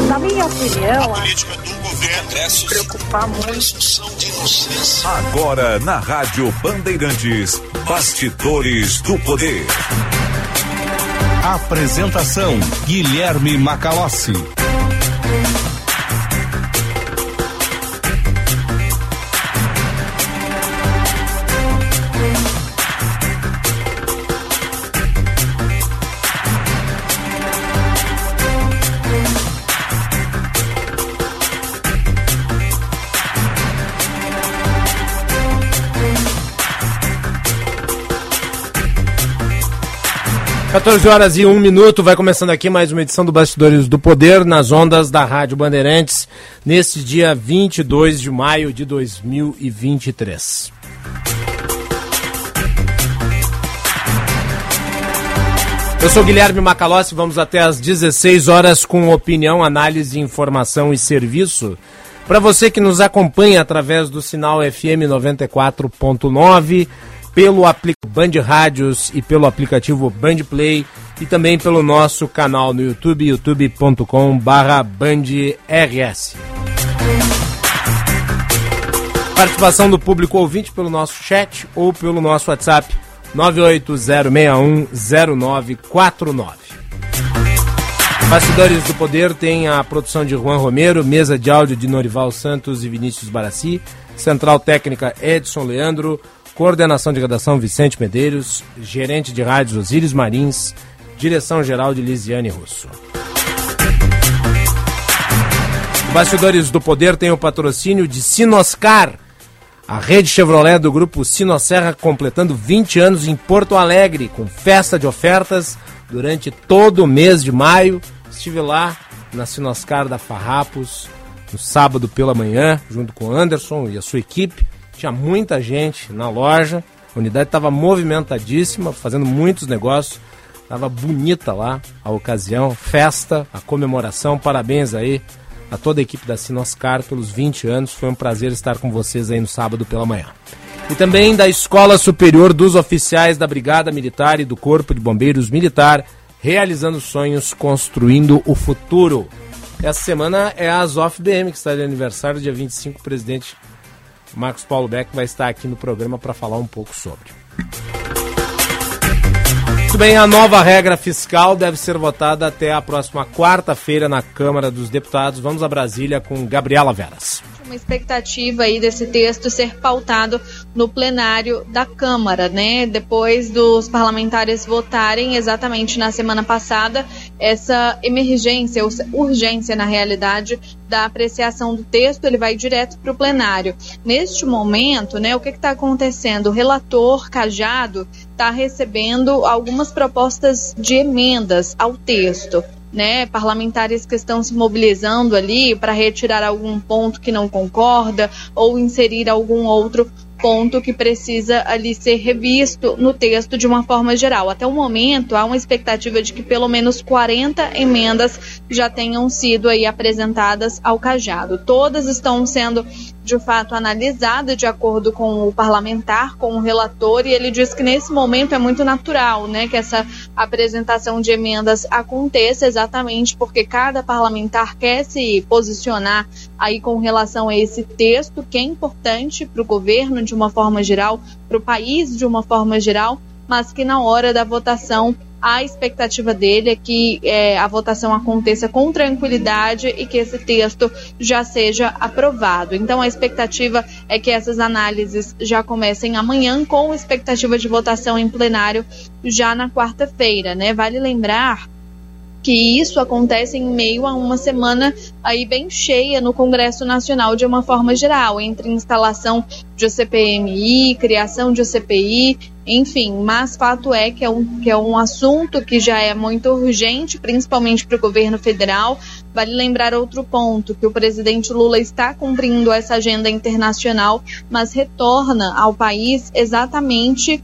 Na minha opinião, a política do governo se preocupar muito. Agora na Rádio Bandeirantes, Bastidores do Poder. Apresentação: Guilherme Macalossi. 14h01, vai começando aqui mais uma edição do Bastidores do Poder nas ondas da Rádio Bandeirantes, neste dia 22 de maio de 2023. Eu sou Guilherme Macalossi, vamos até às 16 horas com opinião, análise, informação e serviço. Para você que nos acompanha através do sinal FM 94.9, pelo aplicativo Band Rádios e pelo aplicativo Band Play e também pelo nosso canal no YouTube, youtube.com/BandRS. Participação do público ouvinte pelo nosso chat ou pelo nosso WhatsApp 980610949. Bastidores do Poder tem a produção de Juan Romero, mesa de áudio de Norival Santos e Vinícius Barassi, central técnica Edson Leandro, coordenação de redação Vicente Medeiros, gerente de rádios Osíris Marins, direção-geral de Lisiane Russo. O Bastidores do Poder tem o patrocínio de Sinoscar, a rede Chevrolet do grupo Sinosserra completando 20 anos em Porto Alegre, com festa de ofertas durante todo o mês de maio. Estive lá na Sinoscar da Farrapos no sábado pela manhã, junto com o Anderson e a sua equipe. Tinha muita gente na loja, a unidade estava movimentadíssima, fazendo muitos negócios, estava bonita lá a ocasião, festa, a comemoração, parabéns aí a toda a equipe da Sinoscar pelos 20 anos, foi um prazer estar com vocês aí no sábado pela manhã. E também da Escola Superior dos Oficiais da Brigada Militar e do Corpo de Bombeiros Militar, realizando sonhos, construindo o futuro. Essa semana é a Azof BM, que está de aniversário, dia 25, o presidente Marcos Paulo Beck vai estar aqui no programa para falar um pouco sobre. Muito bem, a nova regra fiscal deve ser votada até a próxima quarta-feira na Câmara dos Deputados. Vamos a Brasília com Gabriela Veras. Uma expectativa aí desse texto ser pautado no plenário da Câmara, né? Depois dos parlamentares votarem exatamente na semana passada essa emergência, ou urgência na realidade, da apreciação do texto, ele vai direto para o plenário. Neste momento, né, o que está acontecendo? O relator Cajado está recebendo algumas propostas de emendas ao texto, né, parlamentares que estão se mobilizando ali para retirar algum ponto que não concorda ou inserir algum outro ponto que precisa ali ser revisto no texto de uma forma geral. Até o momento, há uma expectativa de que pelo menos 40 emendas já tenham sido aí apresentadas ao Cajado. Todas estão sendo, de fato, analisadas de acordo com o parlamentar, com o relator, e ele diz que nesse momento é muito natural, né, que essa apresentação de emendas aconteça, exatamente porque cada parlamentar quer se posicionar aí com relação a esse texto, que é importante para o governo de uma forma geral, para o país de uma forma geral, mas que na hora da votação a expectativa dele é que a votação aconteça com tranquilidade e que esse texto já seja aprovado. Então a expectativa é que essas análises já comecem amanhã, com expectativa de votação em plenário já na quarta-feira, né? Vale lembrar que isso acontece em meio a uma semana aí bem cheia no Congresso Nacional de uma forma geral, entre instalação de CPMI, criação de CPI, enfim, mas fato é que é um assunto que já é muito urgente, principalmente para o governo federal. Vale lembrar outro ponto, que o presidente Lula está cumprindo essa agenda internacional, mas retorna ao país exatamente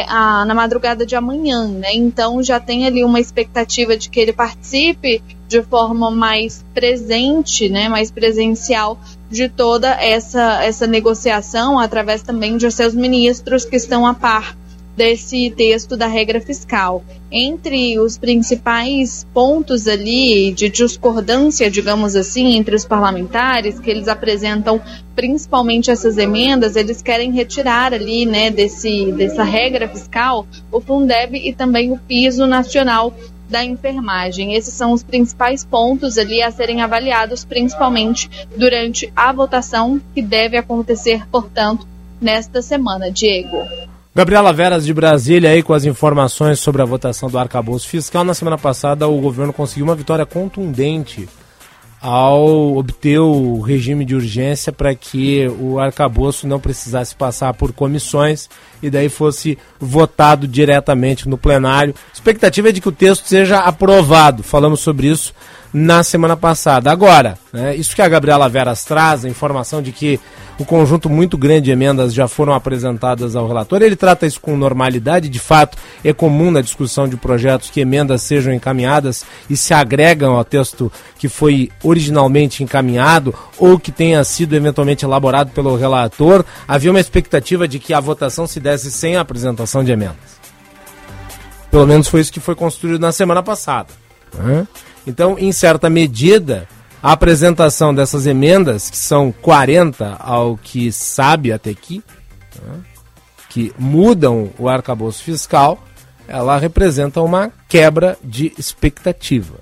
na madrugada de amanhã, né? Então já tem ali uma expectativa de que ele participe de forma mais presente, né, mais presencial de toda essa negociação, através também de seus ministros que estão a par desse texto da regra fiscal. Entre os principais pontos ali de discordância, digamos assim, entre os parlamentares, que eles apresentam principalmente essas emendas, eles querem retirar ali, né, dessa regra fiscal, o Fundeb e também o piso nacional da enfermagem. Esses são os principais pontos ali a serem avaliados, principalmente durante a votação que deve acontecer, portanto, nesta semana. Diego. Gabriela Veras de Brasília aí com as informações sobre a votação do arcabouço fiscal. Na semana passada o governo conseguiu uma vitória contundente ao obter o regime de urgência para que o arcabouço não precisasse passar por comissões e daí fosse votado diretamente no plenário. A expectativa é de que o texto seja aprovado. Falamos sobre isso na semana passada. Agora, né, isso que a Gabriela Veras traz, a informação de que um conjunto muito grande de emendas já foram apresentadas ao relator, ele trata isso com normalidade. De fato, é comum na discussão de projetos que emendas sejam encaminhadas e se agregam ao texto que foi originalmente encaminhado ou que tenha sido eventualmente elaborado pelo relator. Havia uma expectativa de que a votação se desse sem a apresentação de emendas. Pelo menos foi isso que foi construído na semana passada, né? Então, em certa medida, a apresentação dessas emendas, que são 40 ao que sabe até aqui, né, que mudam o arcabouço fiscal, ela representa uma quebra de expectativa.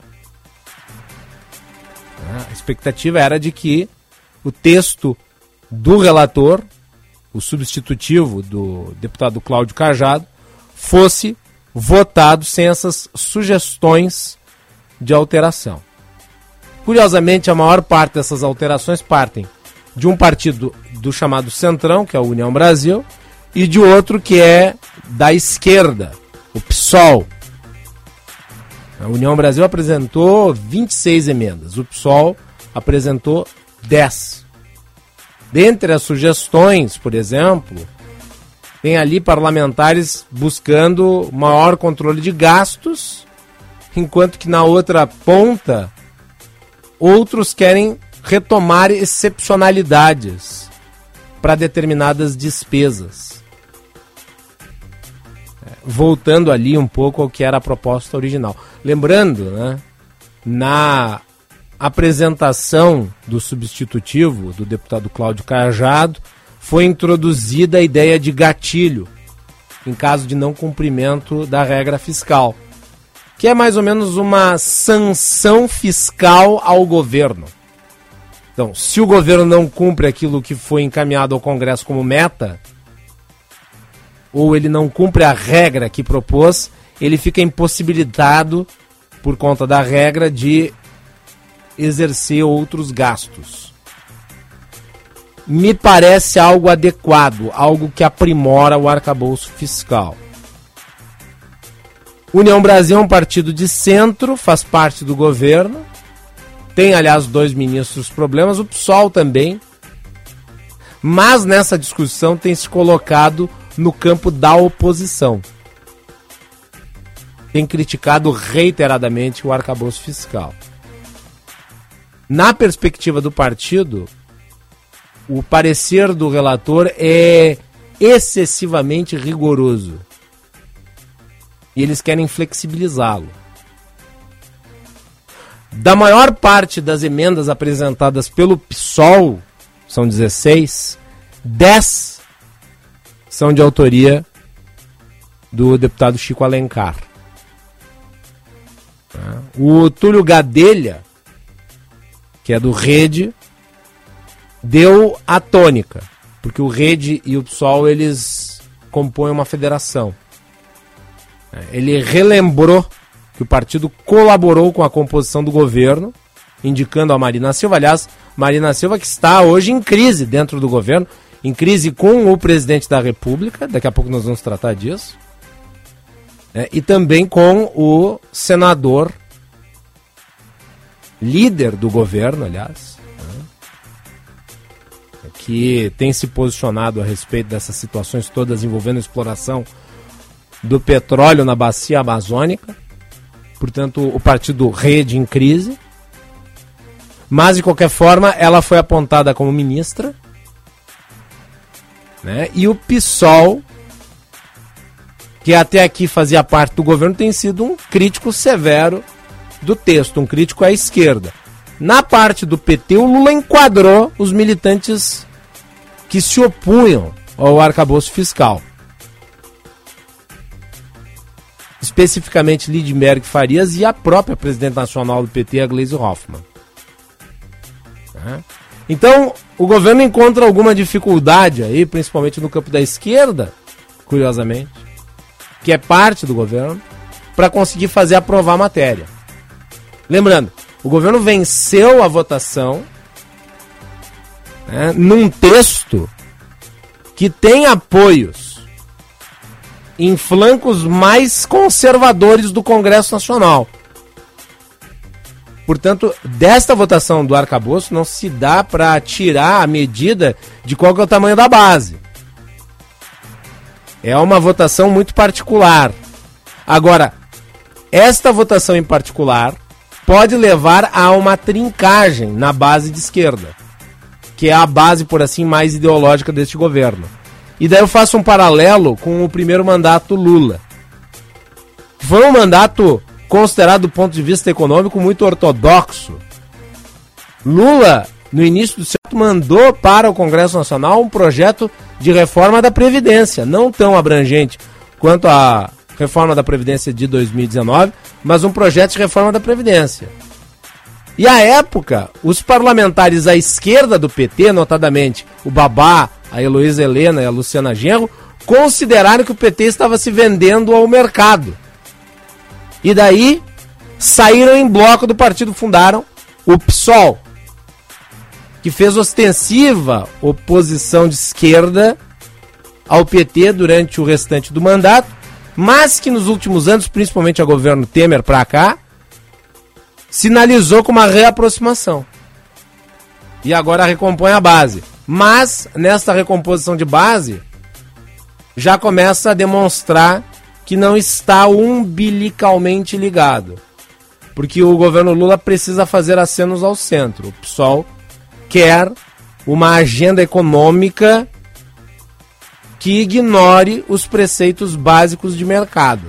A expectativa era de que o texto do relator, o substitutivo do deputado Cláudio Cajado, fosse votado sem essas sugestões de alteração. Curiosamente, a maior parte dessas alterações partem de um partido do chamado Centrão, que é a União Brasil, e de outro que é da esquerda, o PSOL. A União Brasil apresentou 26 emendas, o PSOL apresentou 10. Dentre as sugestões, por exemplo, tem ali parlamentares buscando maior controle de gastos, enquanto que na outra ponta outros querem retomar excepcionalidades para determinadas despesas. Voltando ali um pouco ao que era a proposta original. Lembrando, né, na apresentação do substitutivo do deputado Cláudio Cajado, foi introduzida a ideia de gatilho em caso de não cumprimento da regra fiscal, que é mais ou menos uma sanção fiscal ao governo. Então, se o governo não cumpre aquilo que foi encaminhado ao Congresso como meta, ou ele não cumpre a regra que propôs, ele fica impossibilitado, por conta da regra, de exercer outros gastos. Me parece algo adequado, algo que aprimora o arcabouço fiscal. União Brasil é um partido de centro, faz parte do governo, tem, aliás, 2 ministros problemas, o PSOL também, mas nessa discussão tem se colocado no campo da oposição. Tem criticado reiteradamente o arcabouço fiscal. Na perspectiva do partido, o parecer do relator é excessivamente rigoroso. E eles querem flexibilizá-lo. Da maior parte das emendas apresentadas pelo PSOL, são 16, 10 são de autoria do deputado Chico Alencar. O Túlio Gadelha, que é do Rede, deu a tônica, porque o Rede e o PSOL, eles compõem uma federação. Ele relembrou que o partido colaborou com a composição do governo, indicando a Marina Silva. Aliás, Marina Silva que está hoje em crise dentro do governo, em crise com o presidente da República, daqui a pouco nós vamos tratar disso, e também com o senador, líder do governo, aliás, que tem se posicionado a respeito dessas situações todas envolvendo a exploração do petróleo na bacia amazônica. Portanto, o partido Rede em crise. Mas, de qualquer forma, ela foi apontada como ministra, né? E o PSOL que até aqui fazia parte do governo, tem sido um crítico severo do texto, um crítico à esquerda. Na parte do PT, o Lula enquadrou os militantes que se opunham ao arcabouço fiscal. Especificamente Lidmberg Farias e a própria presidente nacional do PT, a Gleisi Hoffmann. Então, o governo encontra alguma dificuldade aí, principalmente no campo da esquerda, curiosamente, que é parte do governo, para conseguir fazer aprovar a matéria. Lembrando, o governo venceu a votação, né, num texto que tem apoios em flancos mais conservadores do Congresso Nacional. Portanto, desta votação do arcabouço não se dá para tirar a medida de qual que é o tamanho da base. É uma votação muito particular. Agora, esta votação em particular pode levar a uma trincagem na base de esquerda, que é a base, por assim, mais ideológica deste governo. E daí eu faço um paralelo com o primeiro mandato Lula. Foi um mandato considerado do ponto de vista econômico muito ortodoxo. Lula, no início do século, mandou para o Congresso Nacional um projeto de reforma da Previdência, não tão abrangente quanto a reforma da Previdência de 2019, mas um projeto de reforma da Previdência. E à época, os parlamentares à esquerda do PT, notadamente o Babá, a Heloísa Helena e a Luciana Genro, consideraram que o PT estava se vendendo ao mercado. E daí, saíram em bloco do partido, fundaram o PSOL, que fez ostensiva oposição de esquerda ao PT durante o restante do mandato, mas que nos últimos anos, principalmente a governo Temer para cá, sinalizou com uma reaproximação. E agora recompõe a base. Mas, nesta recomposição de base, já começa a demonstrar que não está umbilicalmente ligado. Porque o governo Lula precisa fazer acenos ao centro. O PSOL quer uma agenda econômica que ignore os preceitos básicos de mercado.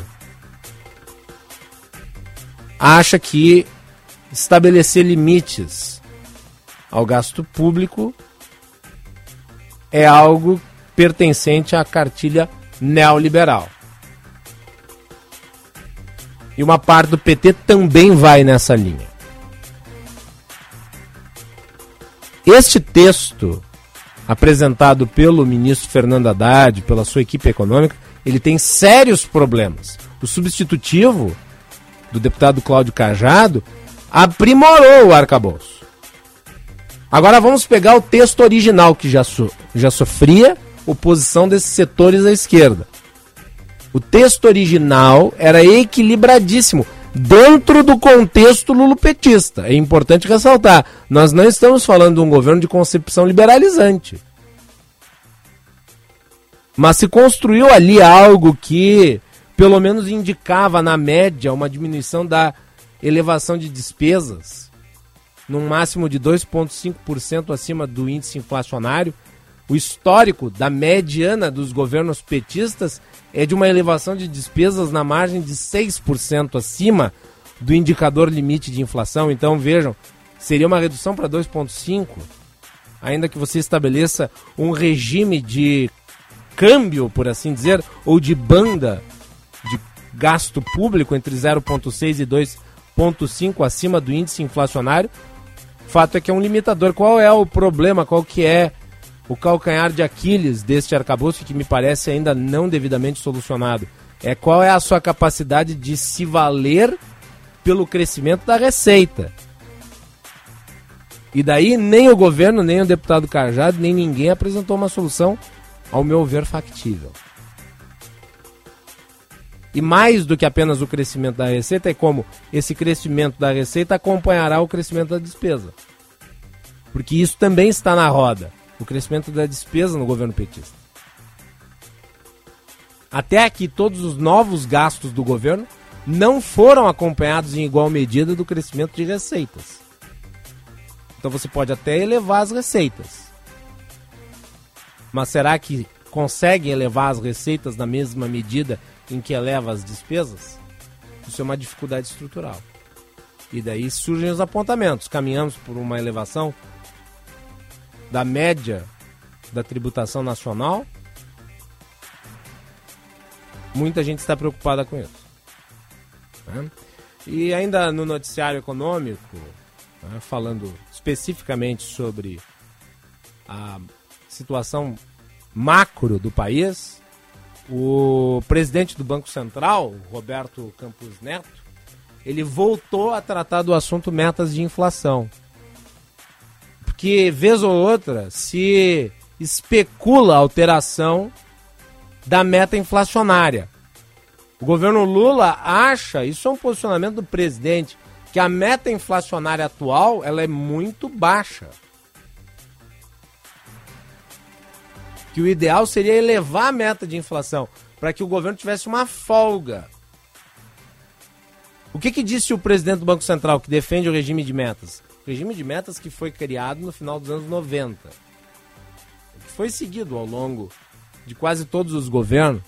Acha que estabelecer limites ao gasto público é algo pertencente à cartilha neoliberal. E uma parte do PT também vai nessa linha. Este texto, apresentado pelo ministro Fernando Haddad, pela sua equipe econômica, ele tem sérios problemas. O substitutivo do deputado Cláudio Cajado aprimorou o arcabouço. Agora vamos pegar o texto original, que já sofria oposição desses setores à esquerda. O texto original era equilibradíssimo dentro do contexto lulopetista. É importante ressaltar, nós não estamos falando de um governo de concepção liberalizante. Mas se construiu ali algo que, pelo menos, indicava na média uma diminuição da elevação de despesas, num máximo de 2,5% acima do índice inflacionário. O histórico da mediana dos governos petistas é de uma elevação de despesas na margem de 6% acima do indicador limite de inflação. Então, vejam, seria uma redução para 2,5%, ainda que você estabeleça um regime de câmbio, por assim dizer, ou de banda de gasto público entre 0,6% e 2,5% acima do índice inflacionário. O fato é que é um limitador. Qual é o problema? Qual que é o calcanhar de Aquiles deste arcabouço, que me parece ainda não devidamente solucionado? Qual é a sua capacidade de se valer pelo crescimento da receita? E daí nem o governo, nem o deputado Cajado, nem ninguém apresentou uma solução, ao meu ver, factível. E mais do que apenas o crescimento da receita, é como esse crescimento da receita acompanhará o crescimento da despesa. Porque isso também está na roda, o crescimento da despesa no governo petista. Até aqui, todos os novos gastos do governo não foram acompanhados em igual medida do crescimento de receitas. Então você pode até elevar as receitas. Mas será que conseguem elevar as receitas na mesma medida em que eleva as despesas, isso é uma dificuldade estrutural. E daí surgem os apontamentos. Caminhamos por uma elevação da média da tributação nacional. Muita gente está preocupada com isso, né? E ainda no noticiário econômico, né, falando especificamente sobre a situação macro do país, o presidente do Banco Central, Roberto Campos Neto, ele voltou a tratar do assunto metas de inflação. Porque, vez ou outra, se especula a alteração da meta inflacionária. O governo Lula acha, isso é um posicionamento do presidente, que a meta inflacionária atual ela é muito baixa. Que o ideal seria elevar a meta de inflação, para que o governo tivesse uma folga. O que disse o presidente do Banco Central, que defende o regime de metas? O regime de metas que foi criado no final dos anos 90. Que foi seguido ao longo de quase todos os governos,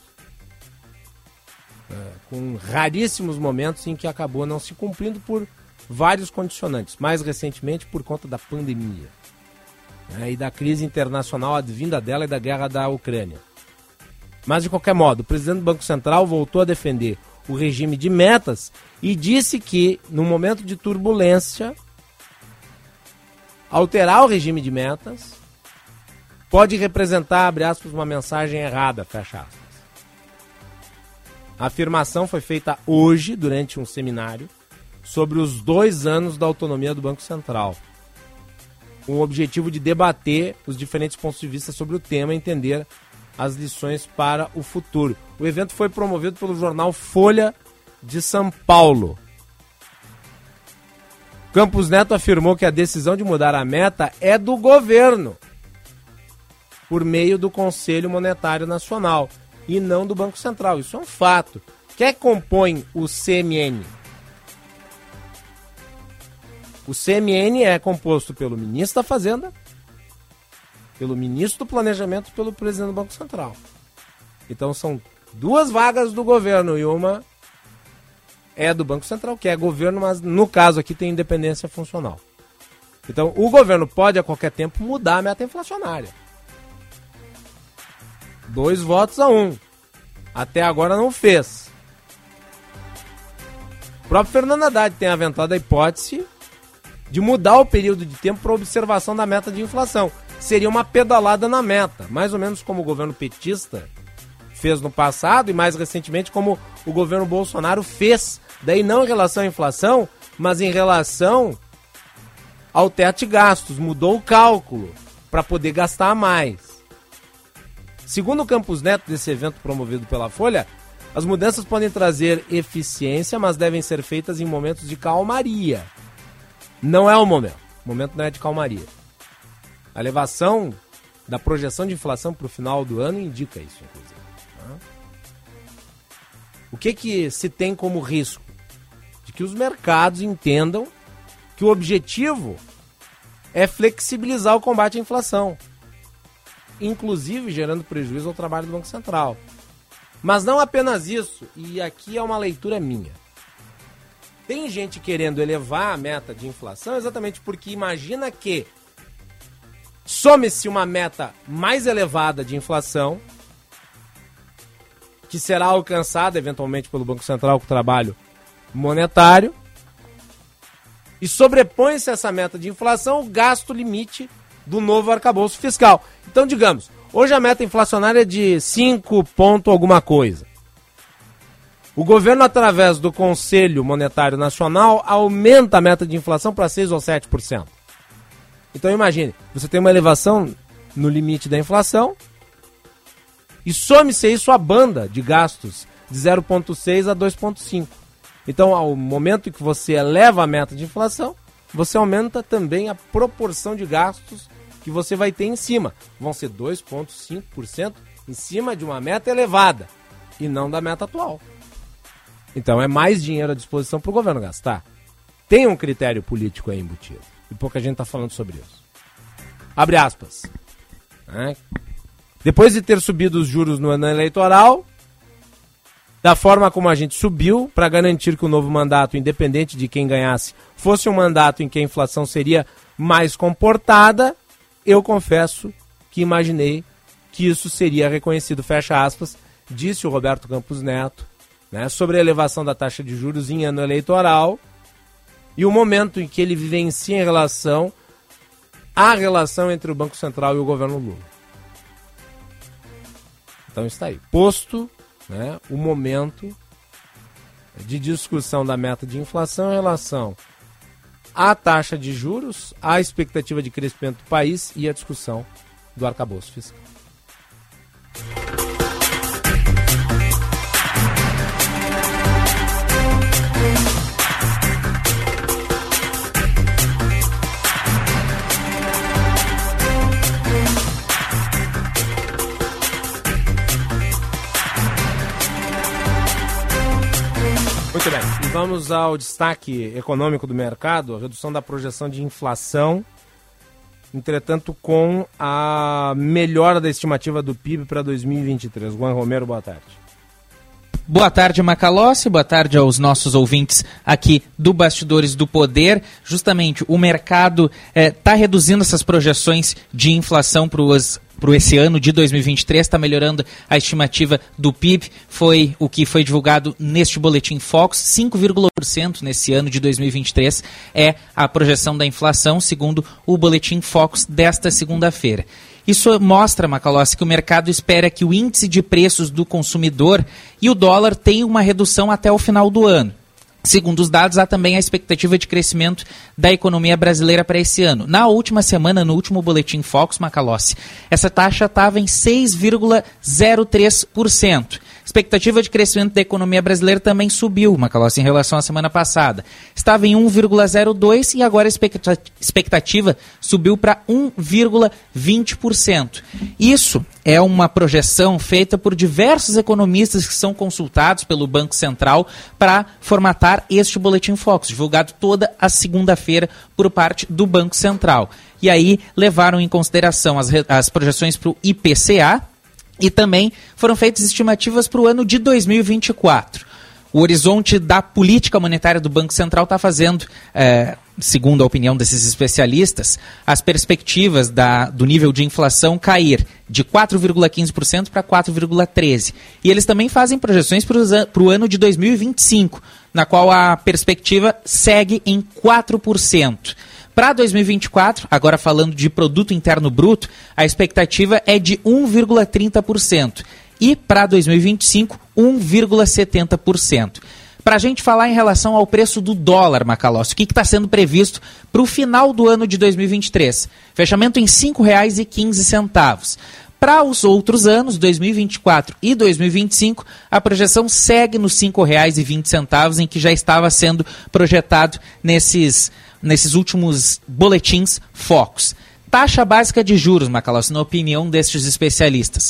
com raríssimos momentos em que acabou não se cumprindo por vários condicionantes, mais recentemente por conta da pandemia, né, e da crise internacional advinda dela e da guerra da Ucrânia. Mas, de qualquer modo, o presidente do Banco Central voltou a defender o regime de metas e disse que, no momento de turbulência, alterar o regime de metas pode representar, abre aspas, uma mensagem errada, fecha aspas. A afirmação foi feita hoje, durante um seminário, sobre os 2 anos da autonomia do Banco Central, com o objetivo de debater os diferentes pontos de vista sobre o tema e entender as lições para o futuro. O evento foi promovido pelo jornal Folha de São Paulo. Campos Neto afirmou que a decisão de mudar a meta é do governo, por meio do Conselho Monetário Nacional, e não do Banco Central. Isso é um fato. Quem compõe o CMN? O CMN é composto pelo ministro da Fazenda, pelo ministro do Planejamento e pelo presidente do Banco Central. Então são 2 vagas do governo e uma é do Banco Central, que é governo, mas no caso aqui tem independência funcional. Então o governo pode a qualquer tempo mudar a meta inflacionária. 2 votos a 1. Até agora não fez. O próprio Fernando Haddad tem aventado a hipótese de mudar o período de tempo para observação da meta de inflação. Seria uma pedalada na meta, mais ou menos como o governo petista fez no passado e mais recentemente como o governo Bolsonaro fez. Daí não em relação à inflação, mas em relação ao teto de gastos. Mudou o cálculo para poder gastar mais. Segundo o Campos Neto, desse evento promovido pela Folha, as mudanças podem trazer eficiência, mas devem ser feitas em momentos de calmaria. Não é o momento. O momento não é de calmaria. A elevação da projeção de inflação para o final do ano indica isso, inclusive. O que se tem como risco? De que os mercados entendam que o objetivo é flexibilizar o combate à inflação, inclusive gerando prejuízo ao trabalho do Banco Central. Mas não apenas isso, e aqui é uma leitura minha. Tem gente querendo elevar a meta de inflação exatamente porque imagina que some-se uma meta mais elevada de inflação, que será alcançada eventualmente pelo Banco Central com o trabalho monetário, e sobrepõe-se essa meta de inflação o gasto limite do novo arcabouço fiscal. Então, digamos, hoje a meta inflacionária é de 5 ponto alguma coisa. O governo, através do Conselho Monetário Nacional, aumenta a meta de inflação para 6 ou 7%. Então imagine, você tem uma elevação no limite da inflação e some-se isso a banda de gastos de 0,6 a 2,5. Então, ao momento em que você eleva a meta de inflação, você aumenta também a proporção de gastos que você vai ter em cima. Vão ser 2,5% em cima de uma meta elevada e não da meta atual. Então é mais dinheiro à disposição para o governo gastar. Tem um critério político aí embutido. E pouca gente está falando sobre isso. Abre aspas. Depois de ter subido os juros no ano eleitoral, da forma como a gente subiu, para garantir que o novo mandato, independente de quem ganhasse, fosse um mandato em que a inflação seria mais comportada, eu confesso que imaginei que isso seria reconhecido, fecha aspas, disse o Roberto Campos Neto, né, sobre a elevação da taxa de juros em ano eleitoral e o momento em que ele vivencia em relação à relação entre o Banco Central e o governo Lula. Então está aí, posto, né, o momento de discussão da meta de inflação em relação à taxa de juros, à expectativa de crescimento do país e à discussão do arcabouço fiscal. Muito bem, e vamos ao destaque econômico do mercado, a redução da projeção de inflação, entretanto com a melhora da estimativa do PIB para 2023. Juan Romero, boa tarde. Boa tarde, Macalossi, boa tarde aos nossos ouvintes aqui do Bastidores do Poder. Justamente, o mercado está reduzindo essas projeções de inflação para esse ano de 2023, está melhorando a estimativa do PIB, foi o que foi divulgado neste Boletim Focus, 5,1% nesse ano de 2023 é a projeção da inflação, segundo o Boletim Focus desta segunda-feira. Isso mostra, Macalossi, que o mercado espera que o índice de preços do consumidor e o dólar tenham uma redução até o final do ano. Segundo os dados, há também a expectativa de crescimento da economia brasileira para esse ano. Na última semana, no último Boletim Focus, Macalossi, essa taxa estava em 6,03%. Expectativa de crescimento da economia brasileira também subiu, Macalossi, em relação à semana passada. Estava em 1,02% e agora a expectativa subiu para 1,20%. Isso é uma projeção feita por diversos economistas que são consultados pelo Banco Central para formatar este Boletim Focus, divulgado toda a segunda-feira por parte do Banco Central. E aí levaram em consideração as projeções para o IPCA, e também foram feitas estimativas para o ano de 2024. O horizonte da política monetária do Banco Central está fazendo, segundo a opinião desses especialistas, as perspectivas do nível de inflação cair de 4,15% para 4,13%. E eles também fazem projeções para o ano de 2025, na qual a perspectiva segue em 4%. Para 2024, agora falando de produto interno bruto, a expectativa é de 1,30%. E para 2025, 1,70%. Para a gente falar em relação ao preço do dólar, Macalossi, o que está sendo previsto para o final do ano de 2023? Fechamento em R$ 5,15. Para os outros anos, 2024 e 2025, a projeção segue nos R$ 5,20, em que já estava sendo projetado nesses últimos boletins Focus. Taxa básica de juros, Macalossi, na opinião destes especialistas,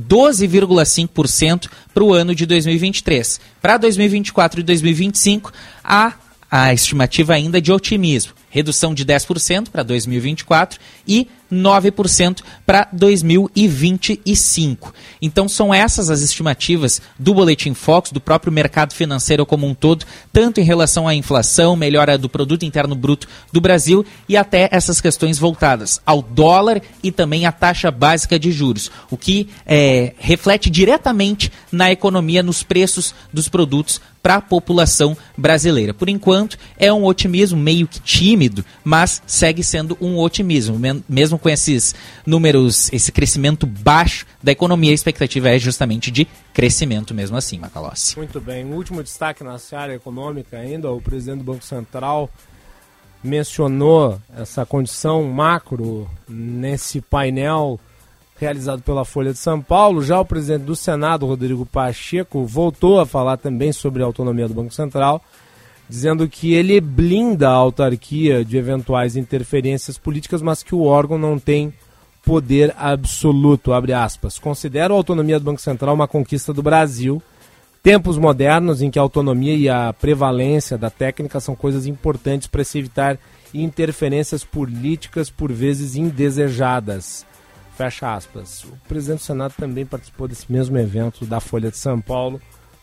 12,5% para o ano de 2023. Para 2024 e 2025, há a estimativa ainda de otimismo. Redução de 10% para 2024 e 9% para 2025. Então são essas as estimativas do Boletim Focus, do próprio mercado financeiro como um todo, tanto em relação à inflação, melhora do produto interno bruto do Brasil e até essas questões voltadas ao dólar e também à taxa básica de juros, o que reflete diretamente na economia, nos preços dos produtos para a população brasileira. Por enquanto, é um otimismo meio que tímido, mas segue sendo um otimismo. Mesmo com esses números, esse crescimento baixo da economia, a expectativa é justamente de crescimento mesmo assim, Macalossi. Muito bem. Um último destaque na área econômica ainda, o presidente do Banco Central mencionou essa condição macro nesse painel realizado pela Folha de São Paulo. Já o presidente do Senado, Rodrigo Pacheco, voltou a falar também sobre a autonomia do Banco Central, dizendo que ele blinda a autarquia de eventuais interferências políticas, mas que o órgão não tem poder absoluto, abre aspas. Considero a autonomia do Banco Central uma conquista do Brasil, tempos modernos em que a autonomia e a prevalência da técnica são coisas importantes para se evitar interferências políticas, por vezes indesejadas. Fecha aspas. O presidente do Senado também participou desse mesmo evento da Folha de São Paulo,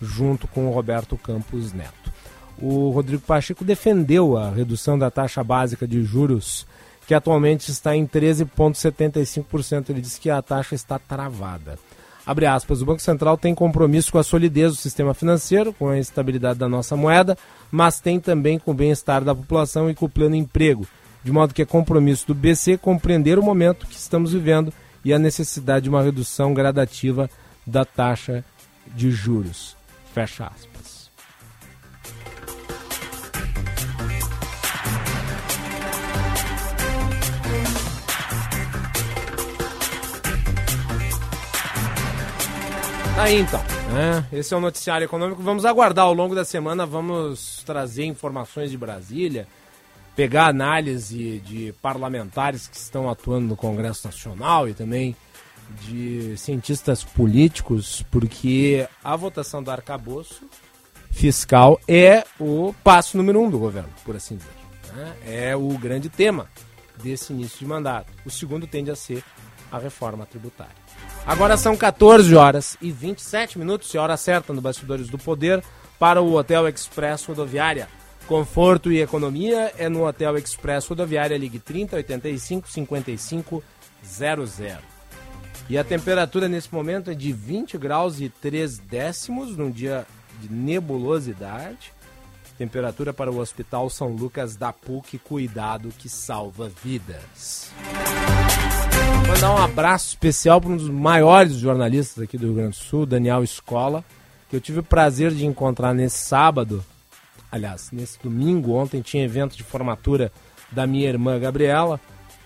junto com o Roberto Campos Neto. O Rodrigo Pacheco defendeu a redução da taxa básica de juros, que atualmente está em 13,75%. Ele disse que a taxa está travada. Abre aspas, o Banco Central tem compromisso com a solidez do sistema financeiro, com a estabilidade da nossa moeda, mas tem também com o bem-estar da população e com o pleno emprego, de modo que é compromisso do BC compreender o momento que estamos vivendo e a necessidade de uma redução gradativa da taxa de juros. Fecha aspas. Aí então, né? Esse é o noticiário econômico. Vamos aguardar ao longo da semana, vamos trazer informações de Brasília, pegar análise de parlamentares que estão atuando no Congresso Nacional e também de cientistas políticos, porque a votação do arcabouço fiscal é o passo número 1 do governo, por assim dizer, né? É o grande tema desse início de mandato. O segundo tende a ser a reforma tributária. Agora são 14 horas e 27 minutos, e hora certa no Bastidores do Poder, para o Hotel Express Rodoviária. Conforto e economia é no Hotel Express Rodoviária, ligue 30 85 55 00. E a temperatura nesse momento é de 20 graus e 3 décimos, num dia de nebulosidade. Temperatura para o Hospital São Lucas da PUC, cuidado que salva vidas. Vou mandar um abraço especial para um dos maiores jornalistas aqui do Rio Grande do Sul, Daniel Escola, que eu tive o prazer de encontrar nesse sábado, aliás, nesse domingo. Ontem tinha evento de formatura da minha irmã Gabriela,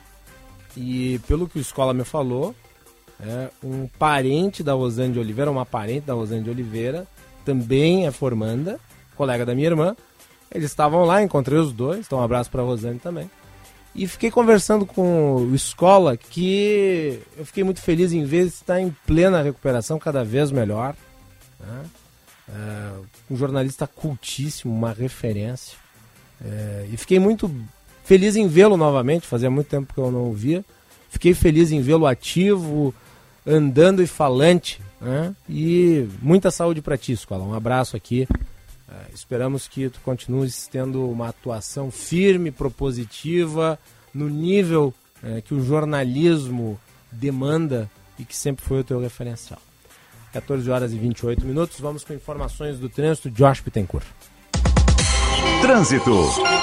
e pelo que o Escola me falou, um parente da Rosane de Oliveira, uma parente da Rosane de Oliveira, também é formanda, colega da minha irmã. Eles estavam lá, encontrei os dois, então um abraço para a Rosane também. E fiquei conversando com o Escola, que eu fiquei muito feliz em ver estar em plena recuperação, cada vez melhor, né? Um jornalista cultíssimo, uma referência. E fiquei muito feliz em vê-lo novamente, fazia muito tempo que eu não o via. Fiquei feliz em vê-lo ativo, andando e falante, né? E muita saúde para ti, Escola. Um abraço aqui. Esperamos que tu continues tendo uma atuação firme, propositiva, no nível que o jornalismo demanda e que sempre foi o teu referencial. 14 horas e 28 minutos, vamos com informações do trânsito. Josh Bittencourt. Trânsito.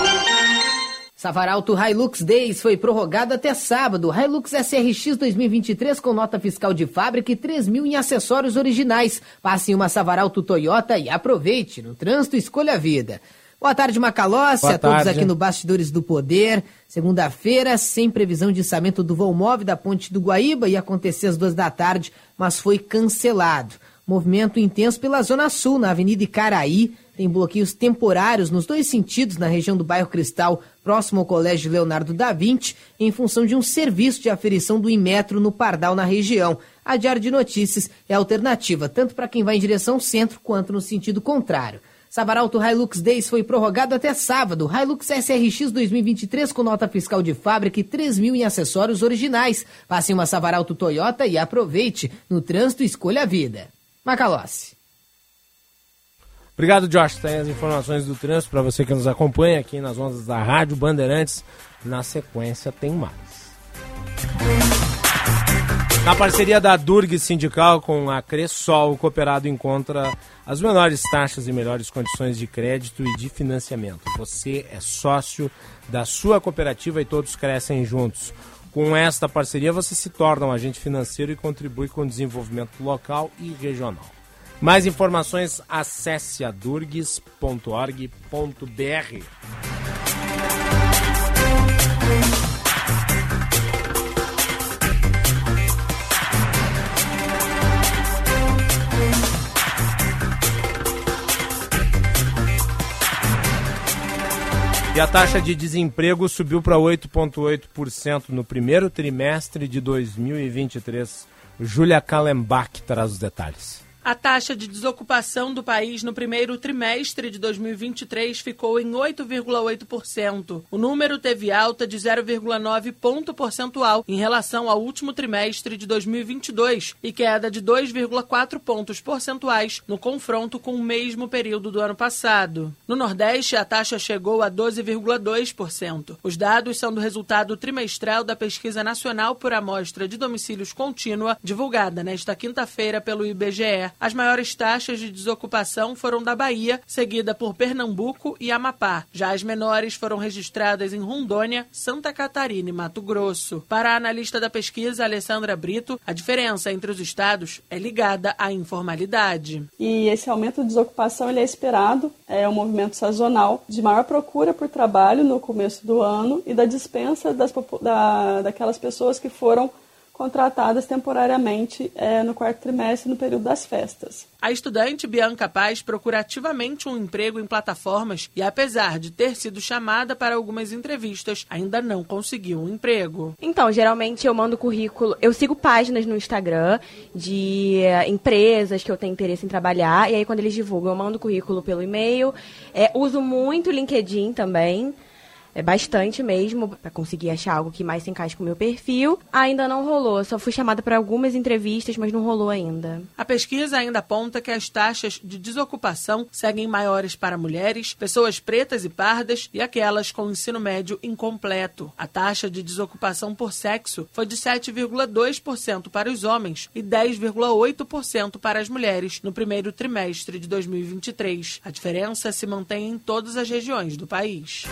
Savaralto Hilux Days foi prorrogado até sábado. Hilux SRX 2023 com nota fiscal de fábrica e 3 mil em acessórios originais. Passe em uma Savaralto Toyota e aproveite. No trânsito, escolha a vida. Boa tarde, Macalossi, a todos aqui no Bastidores do Poder. Segunda-feira, sem previsão de içamento do voo móvel da Ponte do Guaíba, ia acontecer às 2 da tarde, mas foi cancelado. Movimento intenso pela Zona Sul, na Avenida Icaraí. Tem bloqueios temporários nos dois sentidos na região do bairro Cristal, próximo ao Colégio Leonardo da Vinci, em função de um serviço de aferição do Inmetro no Pardal, na região. A Diário de Notícias é alternativa, tanto para quem vai em direção centro quanto no sentido contrário. Savaralto Hilux Days foi prorrogado até sábado. Hilux SRX 2023 com nota fiscal de fábrica e 3 mil em acessórios originais. Passe em uma Savaralto Toyota e aproveite. No trânsito, escolha a vida. Macalossi. Obrigado, Josh. Tem as informações do trânsito para você que nos acompanha aqui nas ondas da Rádio Bandeirantes. Na sequência, tem mais. Na parceria da Durg Sindical com a Cressol, o cooperado encontra as menores taxas e melhores condições de crédito e de financiamento. Você é sócio da sua cooperativa e todos crescem juntos. Com esta parceria, você se torna um agente financeiro e contribui com o desenvolvimento local e regional. Mais informações, acesse adurgs.org.br. E a taxa de desemprego subiu para 8,8% no primeiro trimestre de 2023. Júlia Kallenbach traz os detalhes. A taxa de desocupação do país no primeiro trimestre de 2023 ficou em 8,8%. O número teve alta de 0,9 ponto percentual em relação ao último trimestre de 2022 e queda de 2,4 pontos percentuais no confronto com o mesmo período do ano passado. No Nordeste, a taxa chegou a 12,2%. Os dados são do resultado trimestral da Pesquisa Nacional por Amostra de Domicílios Contínua, divulgada nesta quinta-feira pelo IBGE. As maiores taxas de desocupação foram da Bahia, seguida por Pernambuco e Amapá. Já as menores foram registradas em Rondônia, Santa Catarina e Mato Grosso. Para a analista da pesquisa, Alessandra Brito, a diferença entre os estados é ligada à informalidade. E esse aumento de desocupação ele é esperado, é um movimento sazonal de maior procura por trabalho no começo do ano e da dispensa daquelas pessoas que foram contratadas temporariamente no quarto trimestre, no período das festas. A estudante Bianca Paz procura ativamente um emprego em plataformas e, apesar de ter sido chamada para algumas entrevistas, ainda não conseguiu um emprego. Então, geralmente eu mando currículo, eu sigo páginas no Instagram de empresas que eu tenho interesse em trabalhar, e aí quando eles divulgam eu mando currículo pelo e-mail, uso muito o LinkedIn também. Bastante mesmo, para conseguir achar algo que mais se encaixe com o meu perfil. Ainda não rolou, só fui chamada para algumas entrevistas, mas não rolou ainda. A pesquisa ainda aponta que as taxas de desocupação seguem maiores para mulheres, pessoas pretas e pardas e aquelas com ensino médio incompleto. A taxa de desocupação por sexo foi de 7,2% para os homens e 10,8% para as mulheres no primeiro trimestre de 2023. A diferença se mantém em todas as regiões do país.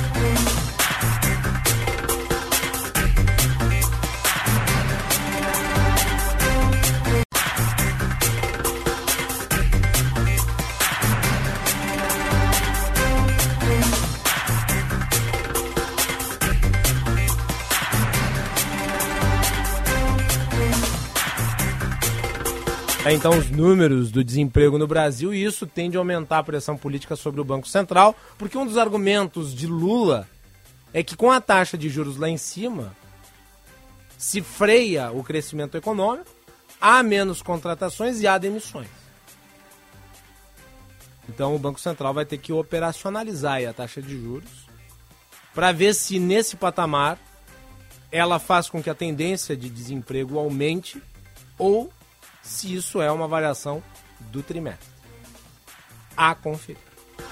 Então, os números do desemprego no Brasil, e isso tende a aumentar a pressão política sobre o Banco Central, porque um dos argumentos de Lula é que com a taxa de juros lá em cima, se freia o crescimento econômico, há menos contratações e há demissões. Então, o Banco Central vai ter que operacionalizar aí a taxa de juros para ver se nesse patamar ela faz com que a tendência de desemprego aumente ou se isso é uma variação do trimestre. A conferir.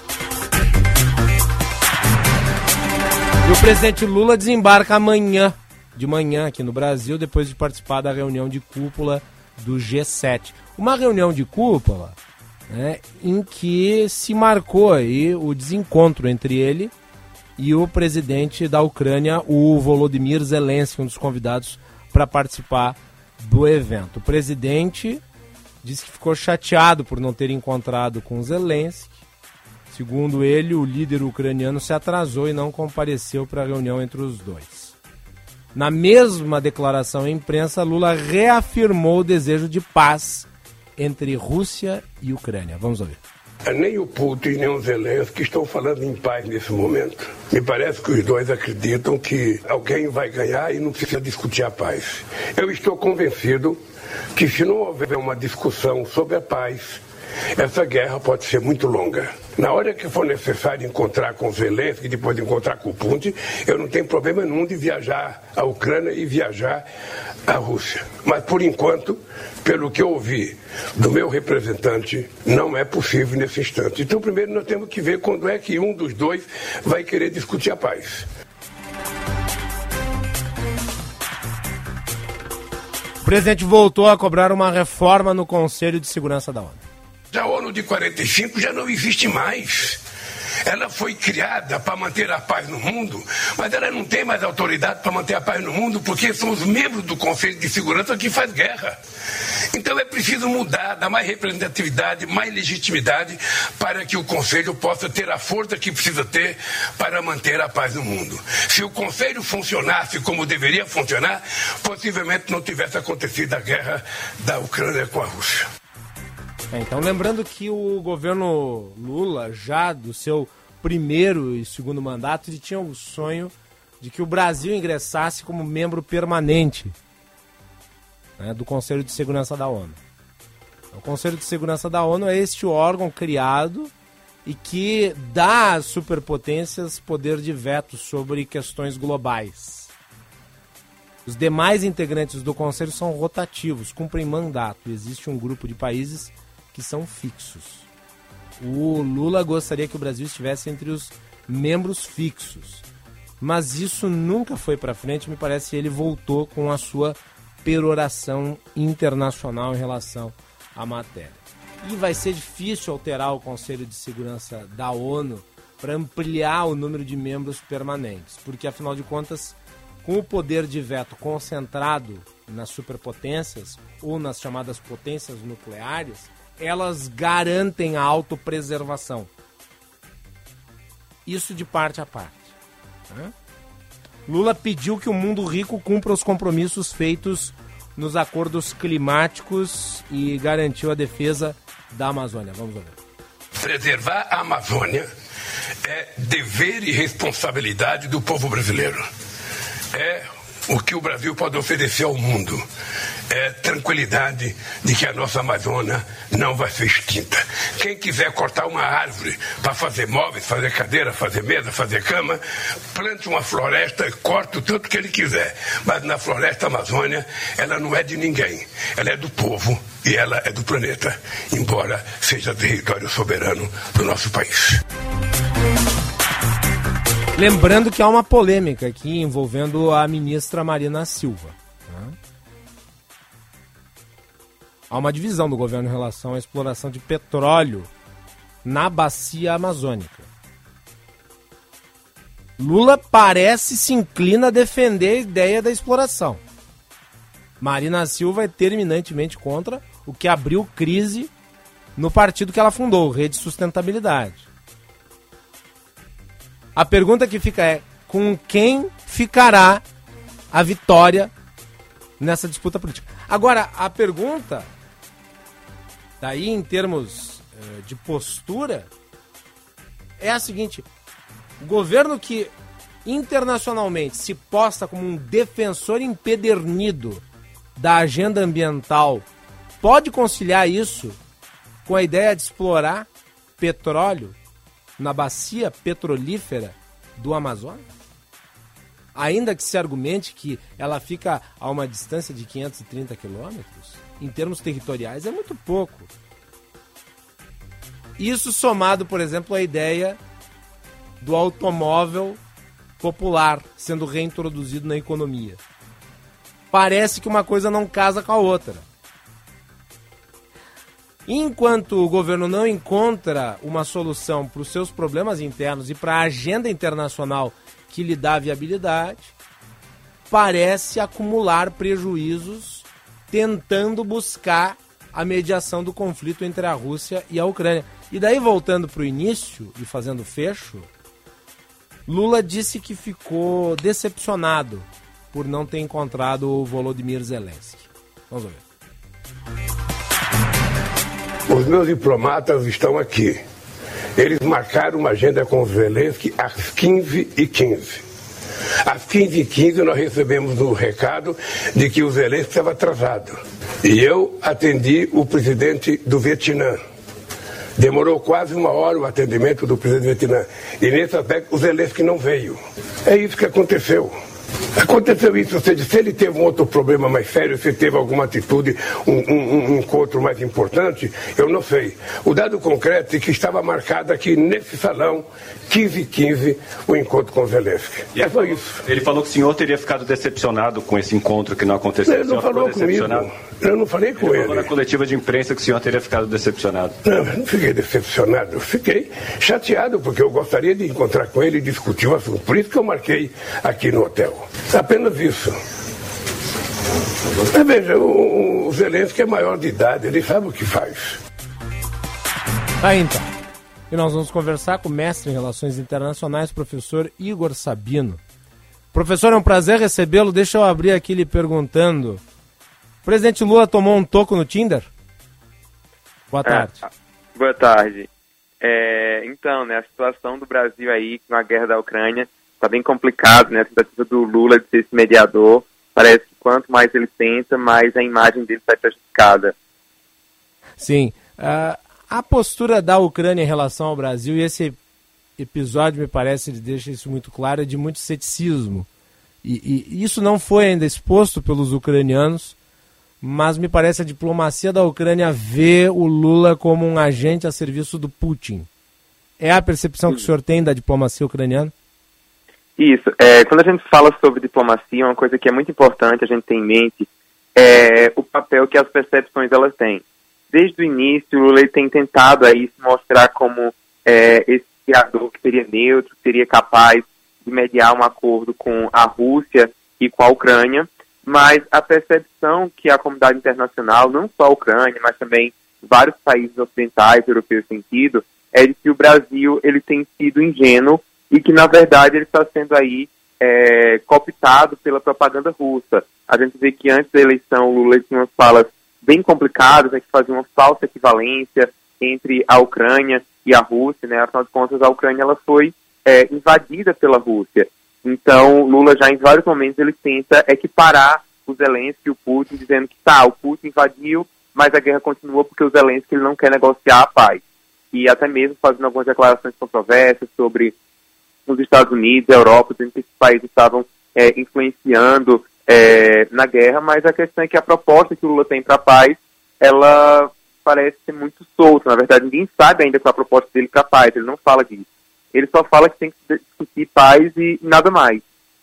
E o presidente Lula desembarca de manhã aqui no Brasil, depois de participar da reunião de cúpula do G7. Uma reunião de cúpula, né, em que se marcou aí o desencontro entre ele e o presidente da Ucrânia, o Volodymyr Zelensky, um dos convidados para participar do evento. O presidente disse que ficou chateado por não ter encontrado com Zelensky. Segundo ele, o líder ucraniano se atrasou e não compareceu para a reunião entre os dois. Na mesma declaração à imprensa, Lula reafirmou o desejo de paz entre Rússia e Ucrânia. Vamos ouvir. Nem o Putin nem o Zelensky estão falando em paz nesse momento. Me parece que os dois acreditam que alguém vai ganhar e não precisa discutir a paz. Eu estou convencido que se não houver uma discussão sobre a paz, essa guerra pode ser muito longa. Na hora que for necessário encontrar com Zelensky e depois de encontrar com o Putin, eu não tenho problema nenhum de viajar à Ucrânia e viajar à Rússia. Mas, por enquanto, pelo que eu ouvi do meu representante, não é possível nesse instante. Então, primeiro, nós temos que ver quando é que um dos dois vai querer discutir a paz. O presidente voltou a cobrar uma reforma no Conselho de Segurança da ONU. A ONU de 45 já não existe mais. Ela foi criada para manter a paz no mundo, mas ela não tem mais autoridade para manter a paz no mundo, porque são os membros do Conselho de Segurança que fazem guerra. Então é preciso mudar, dar mais representatividade, mais legitimidade, para que o Conselho possa ter a força que precisa ter para manter a paz no mundo. Se o Conselho funcionasse como deveria funcionar, possivelmente não tivesse acontecido a guerra da Ucrânia com a Rússia. Então, lembrando que o governo Lula, já do seu primeiro e segundo mandato, ele tinha o sonho de que o Brasil ingressasse como membro permanente, né, do Conselho de Segurança da ONU. O Conselho de Segurança da ONU é este órgão criado e que dá às superpotências poder de veto sobre questões globais. Os demais integrantes do Conselho são rotativos, cumprem mandato. Existe um grupo de países que são fixos. O Lula gostaria que o Brasil estivesse entre os membros fixos, mas isso nunca foi para frente. Me parece que ele voltou com a sua peroração internacional em relação à matéria. E vai ser difícil alterar o Conselho de Segurança da ONU para ampliar o número de membros permanentes, porque afinal de contas, com o poder de veto concentrado nas superpotências ou nas chamadas potências nucleares, elas garantem a autopreservação. Isso de parte a parte. Lula pediu que o mundo rico cumpra os compromissos feitos nos acordos climáticos e garantiu a defesa da Amazônia. Vamos ver. Preservar a Amazônia é dever e responsabilidade do povo brasileiro. É o que o Brasil pode oferecer ao mundo. É tranquilidade de que a nossa Amazônia não vai ser extinta. Quem quiser cortar uma árvore para fazer móveis, fazer cadeira, fazer mesa, fazer cama, plante uma floresta e corte o tanto que ele quiser. Mas na floresta Amazônia, ela não é de ninguém. Ela é do povo e ela é do planeta, embora seja território soberano do nosso país. Lembrando que há uma polêmica aqui envolvendo a ministra Marina Silva. Há uma divisão do governo em relação à exploração de petróleo na bacia amazônica. Lula parece se inclina a defender a ideia da exploração. Marina Silva é terminantemente contra, o que abriu crise no partido que ela fundou, Rede Sustentabilidade. A pergunta que fica é, com quem ficará a vitória nessa disputa política? Agora, a pergunta, daí em termos de postura, é a seguinte: o governo que internacionalmente se posta como um defensor empedernido da agenda ambiental pode conciliar isso com a ideia de explorar petróleo na bacia petrolífera do Amazonas? Ainda que se argumente que ela fica a uma distância de 530 quilômetros, em termos territoriais é muito pouco. Isso somado, por exemplo, à ideia do automóvel popular sendo reintroduzido na economia. Parece que uma coisa não casa com a outra. Enquanto o governo não encontra uma solução para os seus problemas internos e para a agenda internacional que lhe dá viabilidade, parece acumular prejuízos tentando buscar a mediação do conflito entre a Rússia e a Ucrânia. E daí, voltando para o início e fazendo fecho, Lula disse que ficou decepcionado por não ter encontrado o Volodymyr Zelensky. Vamos ver. Os meus diplomatas estão aqui. Eles marcaram uma agenda com o Zelensky às 15h15. Às 15h15 nós recebemos um recado de que o Zelensky estava atrasado. E eu atendi o presidente do Vietnã. Demorou quase uma hora o atendimento do presidente do Vietnã. E nesse aspecto o Zelensky não veio. É isso que aconteceu. Aconteceu isso, ou seja, se ele teve um outro problema mais sério, se teve alguma atitude, um encontro mais importante, eu não sei. O dado concreto é que estava marcado aqui nesse salão, 15h15, o encontro com o Zelensky. É só isso. Ele falou que o senhor teria ficado decepcionado com esse encontro que não aconteceu. Ele não falou comigo. Eu não falei com ele. Ele falou na coletiva de imprensa que o senhor teria ficado decepcionado. Não, eu não fiquei decepcionado. Eu fiquei chateado, porque eu gostaria de encontrar com ele e discutir o assunto. Por isso que eu marquei aqui no hotel. Apenas isso. Mas veja, o Zelensky é maior de idade, ele sabe o que faz. Tá, então. E nós vamos conversar com o mestre em Relações Internacionais, professor Igor Sabino. Professor, é um prazer recebê-lo. Deixa eu abrir aqui lhe perguntando. O presidente Lula tomou um toco no Tinder? Boa tarde. Boa tarde. Então, né, a situação do Brasil aí com a guerra da Ucrânia está bem complicado, né? A tentativa do Lula de ser esse mediador. Parece que quanto mais ele tenta, mais a imagem dele sai prejudicada. Sim. A postura da Ucrânia em relação ao Brasil, e esse episódio, me parece, ele deixa isso muito claro, é de muito ceticismo. E isso não foi ainda exposto pelos ucranianos, mas me parece a diplomacia da Ucrânia vê o Lula como um agente a serviço do Putin. É a percepção que o senhor tem da diplomacia ucraniana? Isso. Quando a gente fala sobre diplomacia, uma coisa que é muito importante a gente ter em mente é o papel que as percepções elas têm. Desde o início, o Lula tem tentado aí se mostrar como esse mediador que seria neutro, que seria capaz de mediar um acordo com a Rússia e com a Ucrânia, mas a percepção que a comunidade internacional, não só a Ucrânia, mas também vários países ocidentais, europeus, têm tido, é de que o Brasil ele tem sido ingênuo e que, na verdade, ele está sendo aí cooptado pela propaganda russa. A gente vê que antes da eleição o Lula tinha umas falas bem complicadas, que faziam uma falsa equivalência entre a Ucrânia e a Rússia, né? Afinal de contas, a Ucrânia ela foi invadida pela Rússia. Então, Lula já em vários momentos ele tenta equiparar o Zelensky e o Putin, dizendo que o Putin invadiu, mas a guerra continua porque o Zelensky ele não quer negociar a paz. E até mesmo fazendo algumas declarações controversas sobre os Estados Unidos, a Europa, dizendo que esses países estavam influenciando na guerra, mas a questão é que a proposta que o Lula tem para a paz, ela parece ser muito solta. Na verdade, ninguém sabe ainda qual é a proposta dele para a paz, ele não fala disso. Ele só fala que tem que discutir paz e nada mais.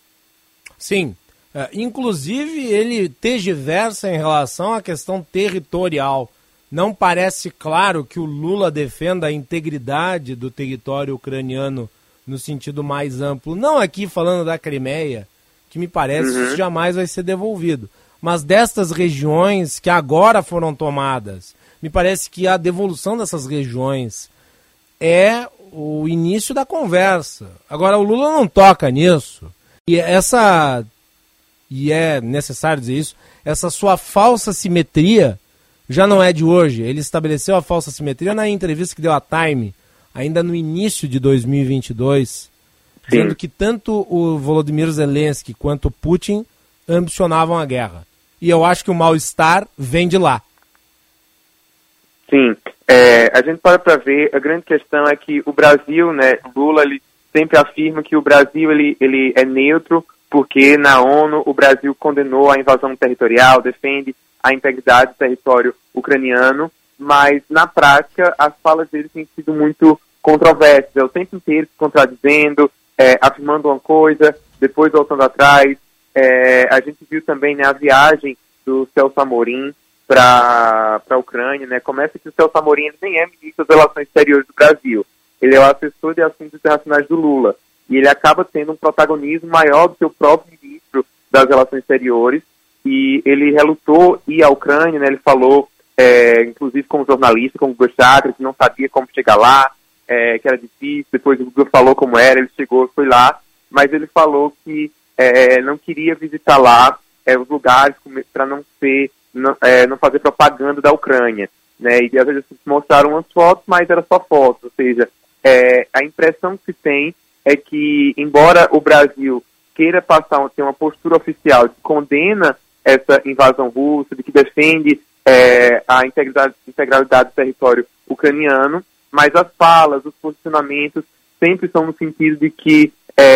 Sim. Inclusive, ele tergiversa em relação à questão territorial. Não parece claro que o Lula defenda a integridade do território ucraniano no sentido mais amplo. Não aqui falando da Crimeia, que me parece que isso jamais vai ser devolvido. Mas destas regiões que agora foram tomadas, me parece que a devolução dessas regiões é o início da conversa. Agora, o Lula não toca nisso. E é necessário dizer isso, essa sua falsa simetria já não é de hoje. Ele estabeleceu a falsa simetria na entrevista que deu à Time, ainda no início de 2022, dizendo que tanto o Volodymyr Zelensky quanto o Putin ambicionavam a guerra. E eu acho que o mal-estar vem de lá. Sim. A gente para ver, a grande questão é que o Brasil, né, Lula, ele sempre afirma que o Brasil ele é neutro, porque na ONU o Brasil condenou a invasão territorial, defende a integridade do território ucraniano, mas na prática as falas dele têm sido muito controversas, o tempo inteiro se contradizendo, afirmando uma coisa, depois voltando atrás. A gente viu também, né, a viagem do Celso Amorim para a Ucrânia, né? Começa que o Celso Amorim ele nem é ministro das Relações Exteriores do Brasil, ele é o assessor de assuntos internacionais do Lula, e ele acaba tendo um protagonismo maior do que o próprio ministro das Relações Exteriores, e ele relutou ir à Ucrânia, né? Ele falou, inclusive como jornalista, como Guga Chakra, que não sabia como chegar lá, que era difícil, depois o Guga falou como era, ele chegou, foi lá, mas ele falou que não queria visitar lá os lugares para não fazer propaganda da Ucrânia, né? E às vezes mostraram umas fotos, mas era só fotos, ou seja, a impressão que se tem é que, embora o Brasil queira ter uma postura oficial que condena essa invasão russa, de que defende a integralidade do território ucraniano, mas as falas, os posicionamentos sempre são no sentido de que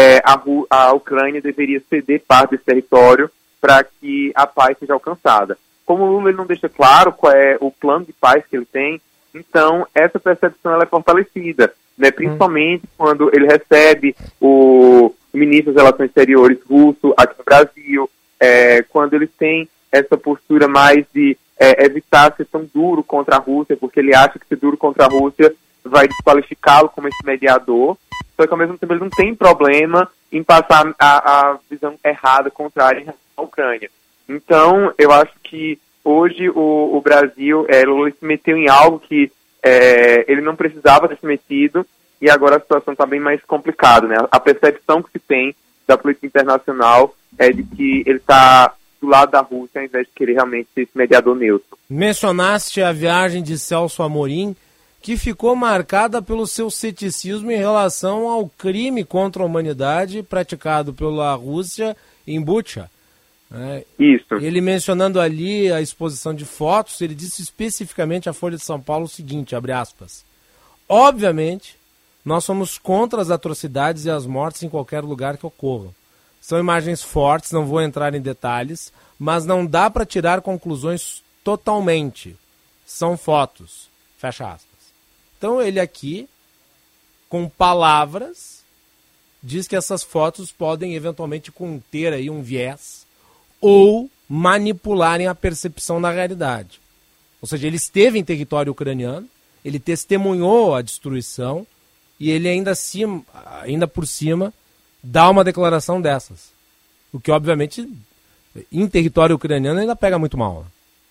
a Ucrânia deveria ceder parte desse território para que a paz seja alcançada. Como o Lula ele não deixa claro qual é o plano de paz que ele tem, então essa percepção ela é fortalecida, né? Principalmente quando ele recebe o ministro das Relações Exteriores russo aqui no Brasil, quando ele tem essa postura mais de evitar ser tão duro contra a Rússia, porque ele acha que ser duro contra a Rússia vai desqualificá-lo como esse mediador, só que ao mesmo tempo ele não tem problema em passar a visão errada, contrária em relação à Ucrânia. Então, eu acho que hoje o Brasil Lula se meteu em algo que ele não precisava ter se metido, e agora a situação está bem mais complicada, né? A percepção que se tem da política internacional é de que ele está do lado da Rússia, ao invés de querer realmente ser esse mediador neutro. Mencionaste a viagem de Celso Amorim, que ficou marcada pelo seu ceticismo em relação ao crime contra a humanidade praticado pela Rússia em Bucha. Isso. Ele mencionando ali a exposição de fotos, ele disse especificamente à Folha de São Paulo o seguinte, abre aspas, obviamente, nós somos contra as atrocidades e as mortes em qualquer lugar que ocorram. São imagens fortes, não vou entrar em detalhes, mas não dá para tirar conclusões totalmente. São fotos. Fecha aspas. Então ele aqui, com palavras, diz que essas fotos podem eventualmente conter aí um viés ou manipularem a percepção da realidade. Ou seja, ele esteve em território ucraniano, ele testemunhou a destruição e ele ainda por cima dá uma declaração dessas. O que, obviamente, em território ucraniano ainda pega muito mal.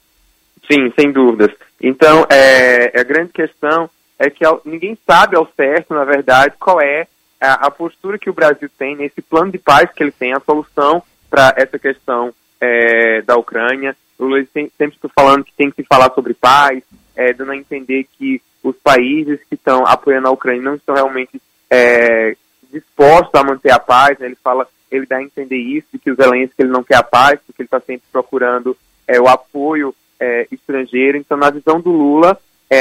Sim, sem dúvidas. Então, a grande questão é que ninguém sabe ao certo, na verdade, qual é a postura que o Brasil tem nesse plano de paz que ele tem, a solução para essa questão da Ucrânia. O Lula sempre está falando que tem que se falar sobre paz, dando a entender que os países que estão apoiando a Ucrânia não estão realmente dispostos a manter a paz, né? Ele dá a entender isso, de que o Zelensky ele não quer a paz, porque ele está sempre procurando o apoio estrangeiro. Então, na visão do Lula,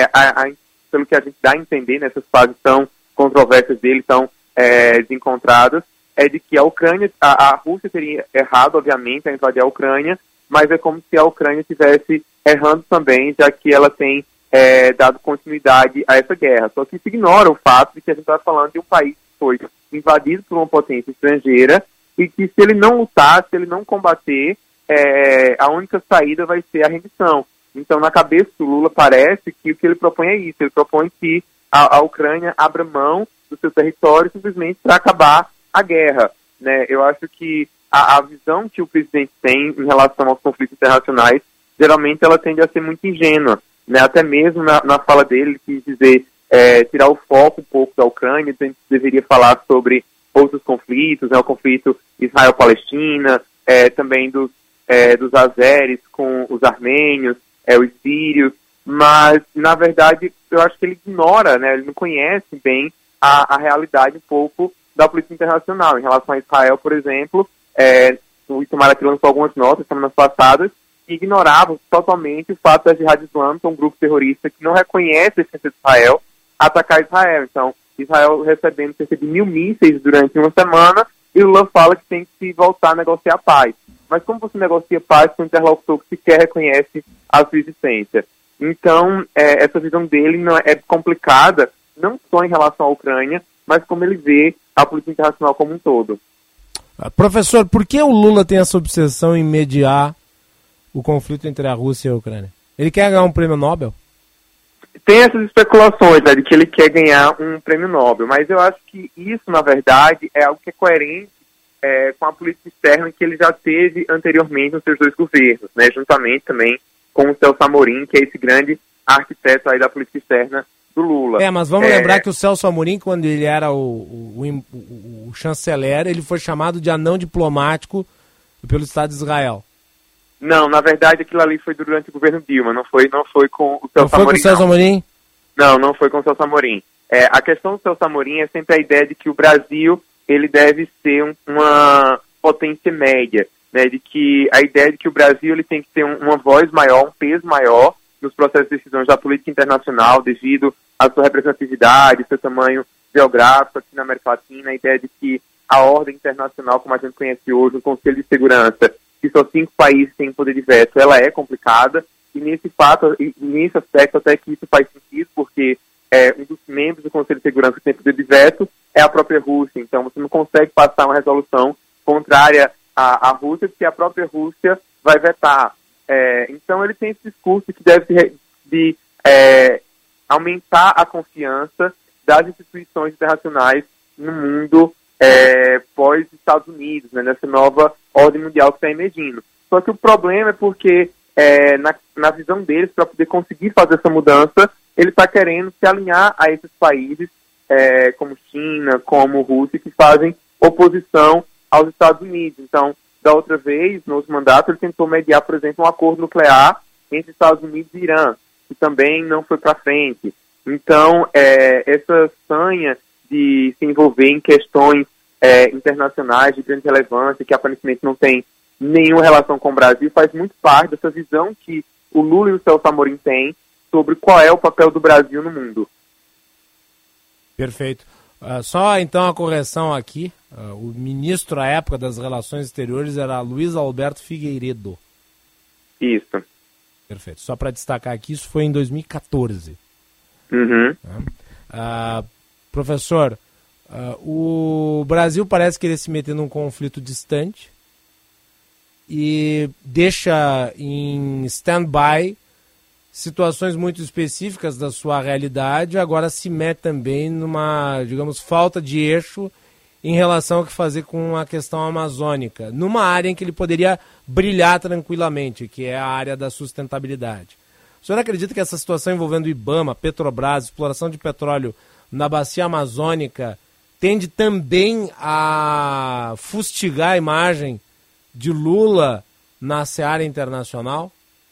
pelo que a gente dá a entender nessas fases tão controversas dele, tão desencontradas, é de que a Rússia teria errado, obviamente, a invadir a Ucrânia, mas é como se a Ucrânia estivesse errando também, já que ela tem dado continuidade a essa guerra. Só que isso ignora o fato de que a gente está falando de um país que foi invadido por uma potência estrangeira e que, se ele não lutar, se ele não combater, a única saída vai ser a rendição. Então, na cabeça do Lula, parece que o que ele propõe é isso. Ele propõe que a Ucrânia abra mão do seu território simplesmente para acabar a guerra, né? Eu acho que a visão que o presidente tem em relação aos conflitos internacionais, geralmente ela tende a ser muito ingênua, né? Até mesmo na fala dele, ele quis dizer, tirar o foco um pouco da Ucrânia, então a gente deveria falar sobre outros conflitos, né? O conflito Israel-Palestina, também dos azeres com os armênios, os sírios, mas, na verdade, eu acho que ele ignora, né? Ele não conhece bem a realidade um pouco da política internacional. Em relação a Israel, por exemplo, o Itamaraty lançou algumas notas semanas passadas que ignoravam totalmente o fato da Jihad Islâmica, um grupo terrorista que não reconhece a existência de Israel, atacar Israel. Então, Israel recebendo cerca de 1.000 mísseis durante uma semana, e Lula fala que tem que se voltar a negociar a paz. Mas como você negocia paz com um interlocutor que sequer reconhece a sua existência? Então, essa visão dele é complicada, não só em relação à Ucrânia, mas como ele vê a política internacional como um todo. Professor, por que o Lula tem essa obsessão em mediar o conflito entre a Rússia e a Ucrânia? Ele quer ganhar um prêmio Nobel? Tem essas especulações, né, de que ele quer ganhar um prêmio Nobel, mas eu acho que isso, na verdade, é algo que é coerente com a política externa que ele já teve anteriormente nos seus dois governos, né, juntamente também com o Celso Amorim, que é esse grande arquiteto aí da política externa do Lula. Mas vamos lembrar que o Celso Amorim, quando ele era o chanceler, ele foi chamado de anão diplomático pelo Estado de Israel. Não, na verdade aquilo ali foi durante o governo Dilma, não foi com o Celso Amorim. Não foi com o Celso Amorim? Não foi com o Celso Amorim. A questão do Celso Amorim é sempre a ideia de que o Brasil ele deve ser uma potência média, né, de que a ideia de que o Brasil ele tem que ter uma voz maior, um peso maior nos processos de decisões da política internacional devido à sua representatividade, seu tamanho geográfico aqui na América Latina, a ideia de que a ordem internacional, como a gente conhece hoje, o Conselho de Segurança, que só 5 países têm poder de veto, ela é complicada, e nesse aspecto até que isso faz sentido, porque um dos membros do Conselho de Segurança que tem poder de veto é a própria Rússia, então você não consegue passar uma resolução contrária à Rússia, porque a própria Rússia vai vetar. Então ele tem esse discurso que deve aumentar a confiança das instituições internacionais no mundo pós-Estados Unidos, né, nessa nova ordem mundial que está emergindo. Só que o problema é porque, na visão deles, para poder conseguir fazer essa mudança, ele está querendo se alinhar a esses países, como China, como Rússia, que fazem oposição aos Estados Unidos. Então, da outra vez, no outro mandato, ele tentou mediar, por exemplo, um acordo nuclear entre Estados Unidos e Irã, que também não foi para frente. Então, essa sanha de se envolver em questões internacionais de grande relevância, que aparentemente não tem nenhuma relação com o Brasil, faz muito parte dessa visão que o Lula e o Celso Amorim têm sobre qual é o papel do Brasil no mundo. Perfeito. Só então a correção aqui, o ministro à época das Relações Exteriores era Luiz Alberto Figueiredo. Isso. Perfeito. Só para destacar aqui, isso foi em 2014. Uhum. Professor, o Brasil parece querer se meter num conflito distante e deixa em stand-by situações muito específicas da sua realidade, agora se mete também numa, digamos, falta de eixo em relação ao que fazer com a questão amazônica, numa área em que ele poderia brilhar tranquilamente, que é a área da sustentabilidade. O senhor acredita que essa situação envolvendo IBAMA, Petrobras, exploração de petróleo na bacia amazônica, tende também a fustigar a imagem de Lula na seara internacional?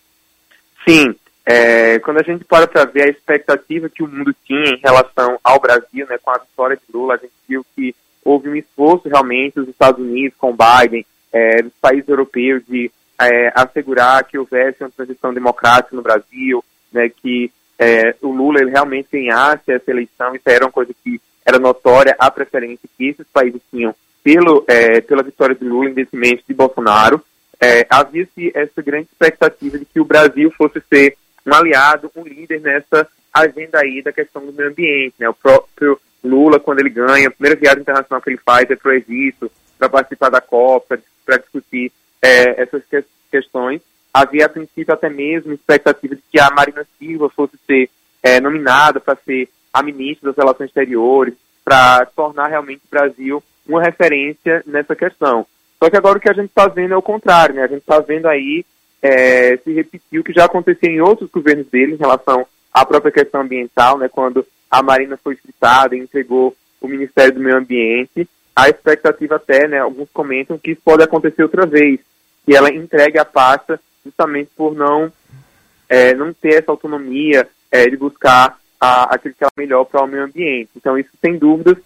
Sim. Quando a gente para ver a expectativa que o mundo tinha em relação ao Brasil, né, com a vitória de Lula, a gente viu que houve um esforço realmente dos Estados Unidos com Biden, dos países europeus, de assegurar que houvesse uma transição democrática no Brasil, né, que o Lula ele realmente ganhasse essa eleição. Isso era uma coisa que era notória, a preferência que esses países tinham pela vitória de Lula em detrimento de Bolsonaro. Havia-se essa grande expectativa de que o Brasil fosse ser um aliado, um líder nessa agenda aí da questão do meio ambiente, né? O próprio Lula, quando ele ganha, a primeira viagem internacional que ele faz é para o Egito, para participar da COP, para discutir essas questões. Havia, a princípio, até mesmo expectativa de que a Marina Silva fosse ser nominada para ser a ministra das Relações Exteriores, para tornar realmente o Brasil uma referência nessa questão. Só que agora o que a gente está vendo é o contrário, né? A gente está vendo aí se repetir o que já aconteceu em outros governos dele em relação à própria questão ambiental, né? Quando a Marina foi citada e entregou o Ministério do Meio Ambiente, a expectativa até, né, alguns comentam que isso pode acontecer outra vez, que ela entregue a pasta justamente por não ter essa autonomia de buscar aquilo que é melhor para o meio ambiente. Então isso, sem dúvidas,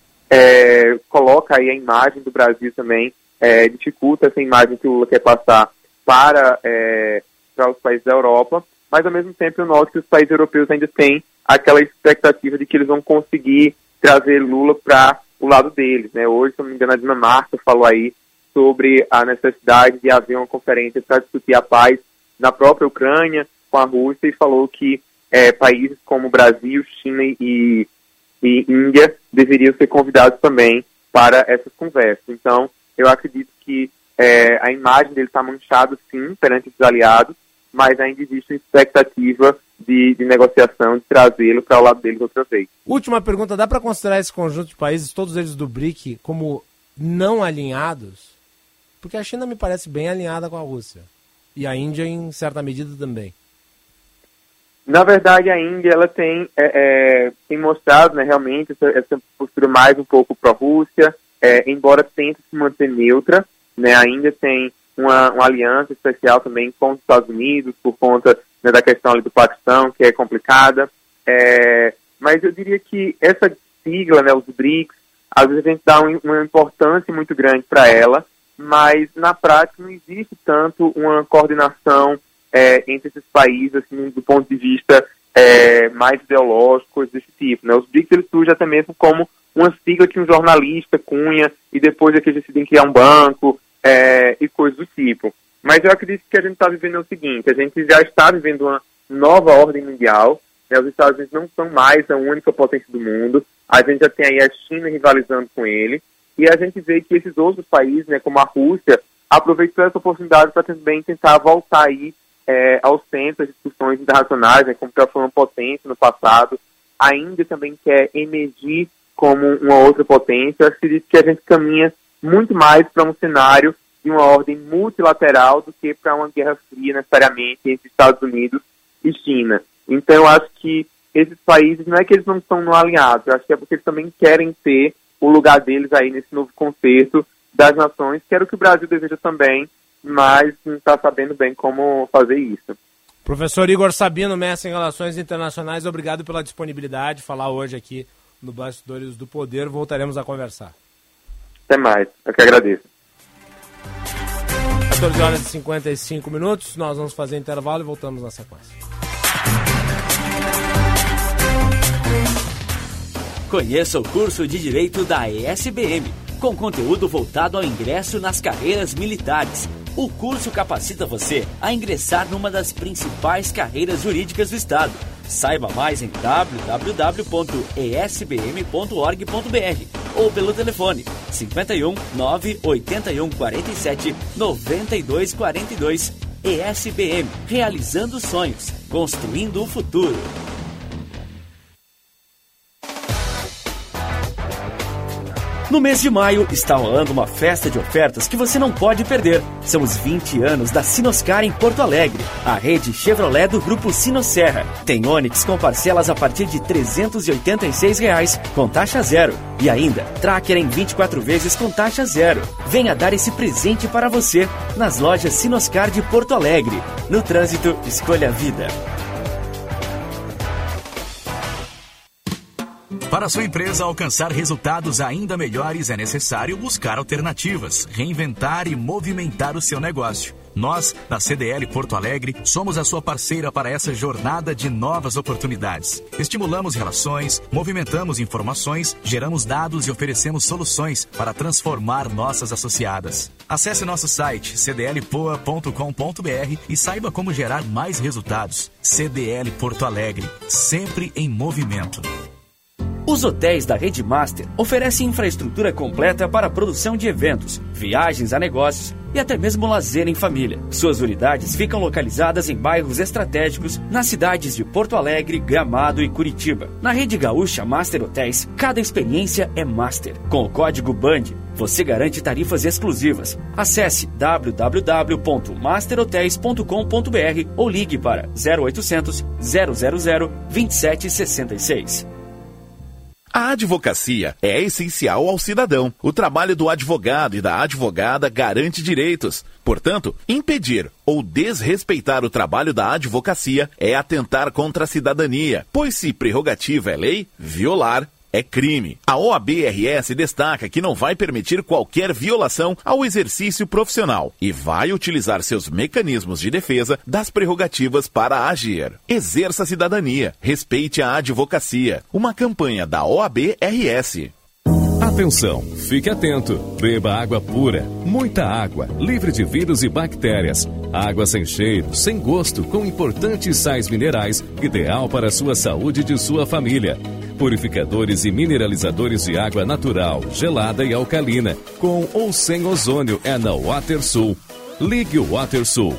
coloca aí a imagem do Brasil também, dificulta essa imagem que o Lula quer passar para os países da Europa, mas ao mesmo tempo eu noto que os países europeus ainda têm aquela expectativa de que eles vão conseguir trazer Lula para o lado deles, né? Hoje, se não me engano, a Dinamarca falou aí sobre a necessidade de haver uma conferência para discutir a paz na própria Ucrânia com a Rússia e falou que países como Brasil, China e Índia deveriam ser convidados também para essas conversas. Então, eu acredito que a imagem dele está manchada, sim, perante esses aliados, mas ainda existe uma expectativa de negociação, de trazê-lo para o lado deles outra vez. Última pergunta, dá para considerar esse conjunto de países, todos eles do BRIC, como não alinhados? Porque a China me parece bem alinhada com a Rússia. E a Índia, em certa medida, também. Na verdade, a Índia ela tem mostrado, né, realmente essa postura mais um pouco pró-Rússia, embora tente se manter neutra, né, a Índia tem uma aliança especial também com os Estados Unidos, por conta, né, da questão ali do Paquistão, que é complicada. Mas eu diria que essa sigla, né, os BRICS, às vezes a gente dá uma importância muito grande para ela, mas na prática não existe tanto uma coordenação entre esses países, assim, do ponto de vista mais ideológico, coisas desse tipo, né? Os BRICS eles surgem até mesmo como uma sigla que um jornalista cunha e depois é que eles decidem criar um banco e coisas do tipo. Mas eu acredito que a gente está vivendo o seguinte: a gente já está vivendo uma nova ordem mundial, né? Os Estados Unidos não são mais a única potência do mundo, a gente já tem aí a China rivalizando com ele, e a gente vê que esses outros países, né, como a Rússia, aproveitou essa oportunidade para também tentar voltar aí ao centro das discussões internacionais, né, como já foi uma potência no passado. A Índia também quer emergir como uma outra potência. Eu acredito que a gente caminha muito mais para um cenário de uma ordem multilateral do que para uma guerra fria necessariamente entre Estados Unidos e China. Então eu acho que esses países, não é que eles não estão no alinhados, eu acho que é porque eles também querem ter o lugar deles aí nesse novo concerto das nações, que era o que o Brasil deseja também, mas não está sabendo bem como fazer isso. Professor Igor Sabino, mestre em Relações Internacionais, obrigado pela disponibilidade de falar hoje aqui no Bastidores do Poder. Voltaremos a conversar. Até mais, eu que agradeço. 14 horas e 55 minutos. Nós vamos fazer intervalo e voltamos na sequência. Conheça o curso de Direito da ESBM, com conteúdo voltado ao ingresso nas carreiras militares. O curso capacita você a ingressar numa das principais carreiras jurídicas do Estado. Saiba mais em www.esbm.org.br ou pelo telefone 51 981 47 92 42. ESBM, realizando sonhos, construindo o futuro. No mês de maio, está rolando uma festa de ofertas que você não pode perder. São os 20 anos da Sinoscar em Porto Alegre, a rede Chevrolet do Grupo Sinosserra. Tem Onix com parcelas a partir de R$ 386 com taxa zero. E ainda, Tracker em 24 vezes com taxa zero. Venha dar esse presente para você nas lojas Sinoscar de Porto Alegre. No trânsito, escolha a vida. Para a sua empresa alcançar resultados ainda melhores, é necessário buscar alternativas, reinventar e movimentar o seu negócio. Nós, da CDL Porto Alegre, somos a sua parceira para essa jornada de novas oportunidades. Estimulamos relações, movimentamos informações, geramos dados e oferecemos soluções para transformar nossas associadas. Acesse nosso site cdlpoa.com.br e saiba como gerar mais resultados. CDL Porto Alegre, sempre em movimento. Os hotéis da Rede Master oferecem infraestrutura completa para a produção de eventos, viagens a negócios e até mesmo lazer em família. Suas unidades ficam localizadas em bairros estratégicos nas cidades de Porto Alegre, Gramado e Curitiba. Na Rede Gaúcha Master Hotéis, cada experiência é Master. Com o código BAND, você garante tarifas exclusivas. Acesse www.masterhotels.com.br ou ligue para 0800 000 2766. A advocacia é essencial ao cidadão. O trabalho do advogado e da advogada garante direitos. Portanto, impedir ou desrespeitar o trabalho da advocacia é atentar contra a cidadania, pois se prerrogativa é lei, violar é crime. A OAB-RS destaca que não vai permitir qualquer violação ao exercício profissional e vai utilizar seus mecanismos de defesa das prerrogativas para agir. Exerça a cidadania, respeite a advocacia. Uma campanha da OAB-RS. Atenção, fique atento. Beba água pura, muita água, livre de vírus e bactérias. Água sem cheiro, sem gosto, com importantes sais minerais, ideal para a sua saúde e de sua família. Purificadores e mineralizadores de água natural, gelada e alcalina, com ou sem ozônio, é na WaterSul. Ligue o WaterSul,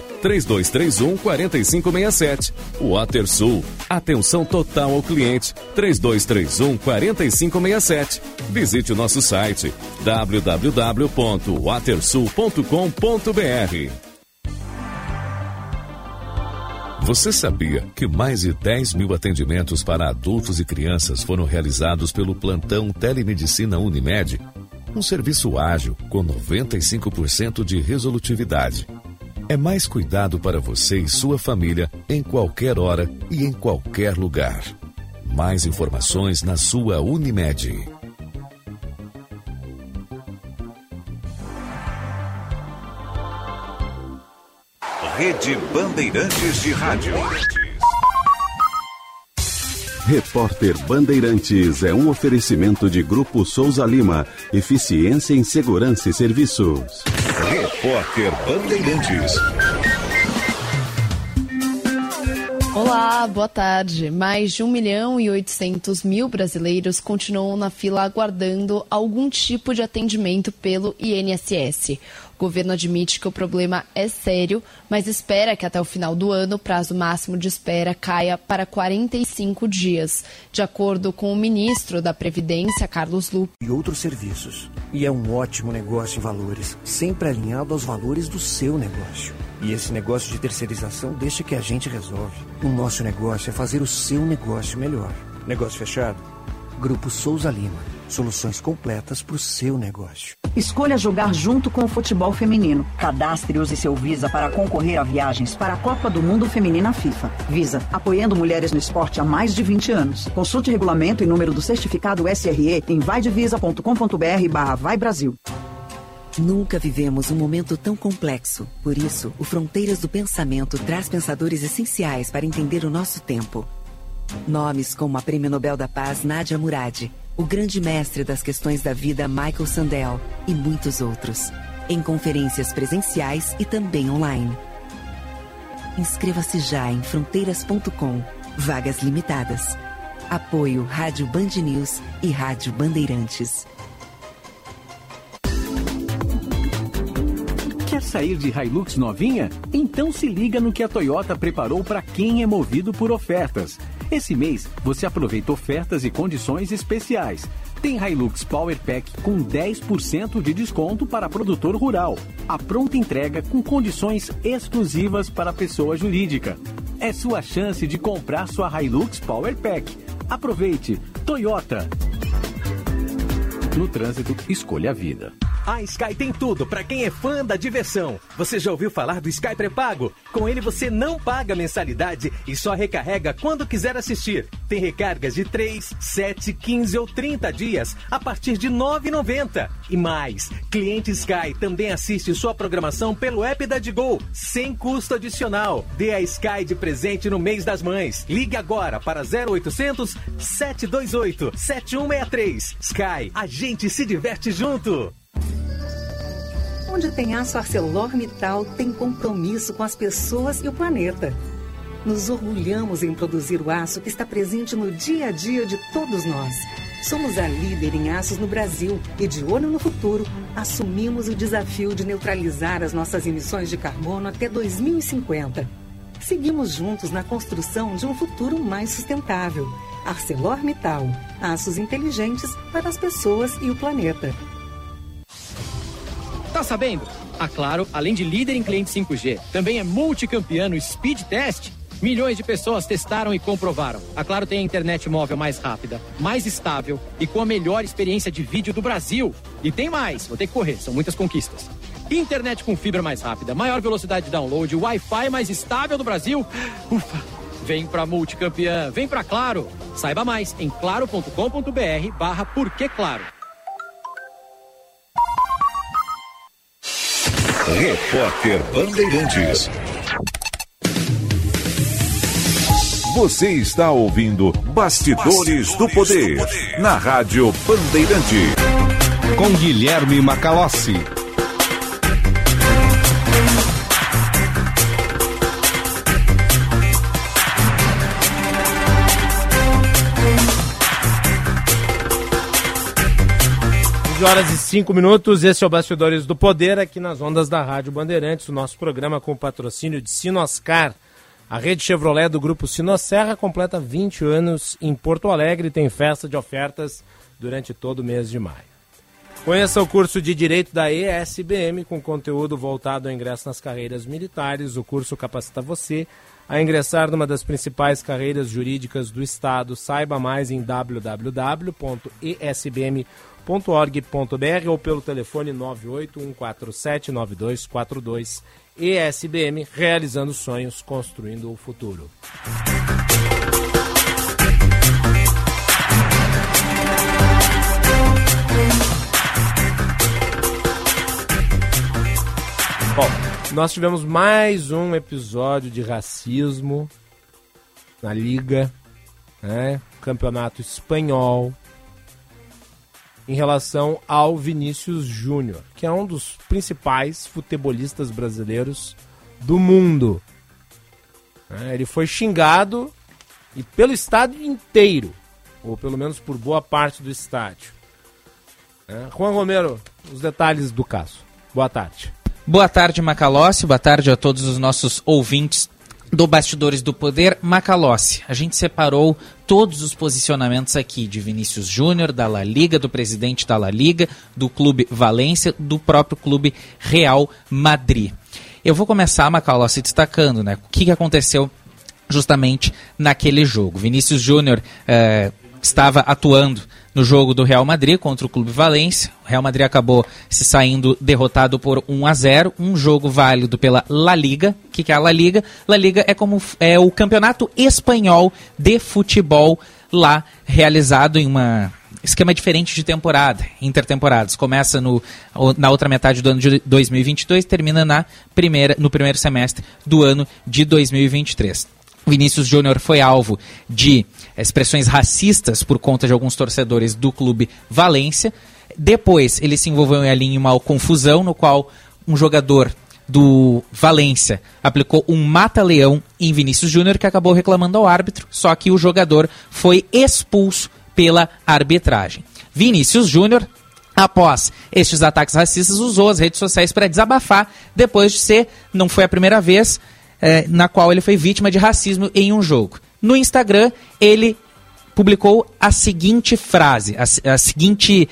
3231-4567. WaterSul, atenção total ao cliente, 3231-4567. Visite o nosso site, www.watersul.com.br. Você sabia que mais de 10 mil atendimentos para adultos e crianças foram realizados pelo plantão Telemedicina Unimed? Um serviço ágil, com 95% de resolutividade. É mais cuidado para você e sua família em qualquer hora e em qualquer lugar. Mais informações na sua Unimed. Rede Bandeirantes de Rádio. Repórter Bandeirantes é um oferecimento de Grupo Souza Lima. Eficiência em Segurança e Serviços. Repórter Bandeirantes. Olá, boa tarde. Mais de 1.800.000 brasileiros continuam na fila aguardando algum tipo de atendimento pelo INSS. O governo admite que o problema é sério, mas espera que até o final do ano o prazo máximo de espera caia para 45 dias, de acordo com o ministro da Previdência, Carlos Lupe. E outros serviços. E é um ótimo negócio em valores, sempre alinhado aos valores do seu negócio. E esse negócio de terceirização deixa que a gente resolve. O nosso negócio é fazer o seu negócio melhor. Negócio fechado? Grupo Souza Lima. Soluções completas para o seu negócio. Escolha jogar junto com o futebol feminino. Cadastre e use seu Visa para concorrer a viagens para a Copa do Mundo Feminina FIFA. Visa, apoiando mulheres no esporte há mais de 20 anos. Consulte regulamento e número do certificado SRE em vaidevisa.com.br/Vai Brasil. Nunca vivemos um momento tão complexo. Por isso, o Fronteiras do Pensamento traz pensadores essenciais para entender o nosso tempo. Nomes como a Prêmio Nobel da Paz Nadia Murad, o grande mestre das questões da vida Michael Sandel e muitos outros. Em conferências presenciais e também online. Inscreva-se já em fronteiras.com. Vagas limitadas. Apoio Rádio Band News e Rádio Bandeirantes. Quer sair de Hilux novinha? Então se liga no que a Toyota preparou para quem é movido por ofertas. Esse mês, você aproveita ofertas e condições especiais. Tem Hilux Power Pack com 10% de desconto para produtor rural. A pronta entrega com condições exclusivas para pessoa jurídica. É sua chance de comprar sua Hilux Power Pack. Aproveite. Toyota. No trânsito, escolha a vida. A Sky tem tudo para quem é fã da diversão. Você já ouviu falar do Sky Pré-Pago? Com ele você não paga mensalidade e só recarrega quando quiser assistir. Tem recargas de 3, 7, 15 ou 30 dias a partir de R$ 9,90. E mais, cliente Sky também assiste sua programação pelo app da Digol, sem custo adicional. Dê a Sky de presente no mês das mães. Ligue agora para 0800 728 7163. Sky, a gente se diverte junto. Onde tem aço ArcelorMittal, tem compromisso com as pessoas e o planeta. Nos orgulhamos em produzir o aço que está presente no dia a dia de todos nós. Somos a líder em aços no Brasil e, de olho no futuro, assumimos o desafio de neutralizar as nossas emissões de carbono até 2050. Seguimos juntos na construção de um futuro mais sustentável. ArcelorMittal, aços inteligentes para as pessoas e o planeta. Tá sabendo? A Claro, além de líder em cliente 5G, também é multicampeã no Speed Test. Milhões de pessoas testaram e comprovaram. A Claro tem a internet móvel mais rápida, mais estável e com a melhor experiência de vídeo do Brasil. E tem mais, vou ter que correr, são muitas conquistas. Internet com fibra mais rápida, maior velocidade de download, Wi-Fi mais estável do Brasil. Ufa! Vem pra multicampeã, vem pra Claro. Saiba mais em claro.com.br/porqueclaro. Repórter Bandeirantes. Você está ouvindo Bastidores do Poder, na Rádio Bandeirante. Com Guilherme Macalossi. Horas e 5 minutos, esse é o Bastidores do Poder, aqui nas ondas da Rádio Bandeirantes, o nosso programa com o patrocínio de Sinoscar. A rede Chevrolet do Grupo Sinosserra completa 20 anos em Porto Alegre e tem festa de ofertas durante todo o mês de maio. Conheça o curso de Direito da ESBM com conteúdo voltado ao ingresso nas carreiras militares. O curso capacita você a ingressar numa das principais carreiras jurídicas do Estado. Saiba mais em www.esbm.org.br ou pelo telefone 981479242. ESBM, realizando sonhos, construindo o futuro. Bom, nós tivemos mais um episódio de racismo na Liga, né? Campeonato espanhol, em relação ao Vinícius Júnior, que é um dos principais futebolistas brasileiros do mundo. Ele foi xingado e pelo estádio inteiro, ou pelo menos por boa parte do estádio. Juan Romero, os detalhes do caso. Boa tarde. Boa tarde, Macalossi. Boa tarde a todos os nossos ouvintes do Bastidores do Poder. Macalossi, a gente separou todos os posicionamentos aqui de Vinícius Júnior, da La Liga, do presidente da La Liga, do Clube Valência, do próprio Clube Real Madrid. Eu vou começar, Macalossi, destacando, né, o que aconteceu justamente naquele jogo. Vinícius Júnior estava atuando no jogo do Real Madrid contra o Clube Valência. O Real Madrid acabou se saindo derrotado por 1-0, um jogo válido pela La Liga. O que é a La Liga? La Liga é o campeonato espanhol de futebol lá realizado em uma esquema diferente de temporada, intertemporadas. Começa na outra metade do ano de 2022 e termina no primeiro semestre do ano de 2023. Vinícius Júnior foi alvo de expressões racistas por conta de alguns torcedores do clube Valência. Depois ele se envolveu em uma confusão no qual um jogador do Valência aplicou um mata-leão em Vinícius Júnior, que acabou reclamando ao árbitro, só que o jogador foi expulso pela arbitragem. Vinícius Júnior, após estes ataques racistas, usou as redes sociais para desabafar, depois de não foi a primeira vez na qual ele foi vítima de racismo em um jogo. No Instagram, ele publicou a seguinte frase, a seguinte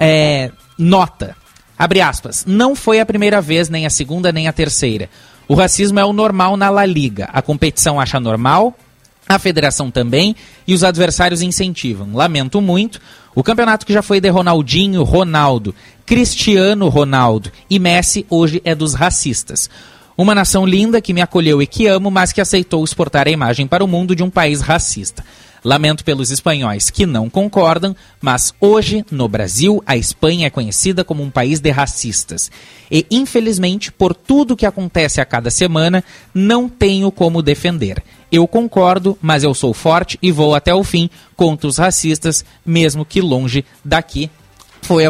nota, abre aspas, não foi a primeira vez, nem a segunda, nem a terceira. O racismo é o normal na La Liga. A competição acha normal, a federação também, e os adversários incentivam. Lamento muito. O campeonato que já foi de Ronaldinho, Ronaldo, Cristiano Ronaldo e Messi, hoje é dos racistas. Uma nação linda que me acolheu e que amo, mas que aceitou exportar a imagem para o mundo de um país racista. Lamento pelos espanhóis que não concordam, mas hoje, no Brasil, a Espanha é conhecida como um país de racistas. E, infelizmente, por tudo que acontece a cada semana, não tenho como defender. Eu concordo, mas eu sou forte e vou até o fim contra os racistas, mesmo que longe daqui. Foi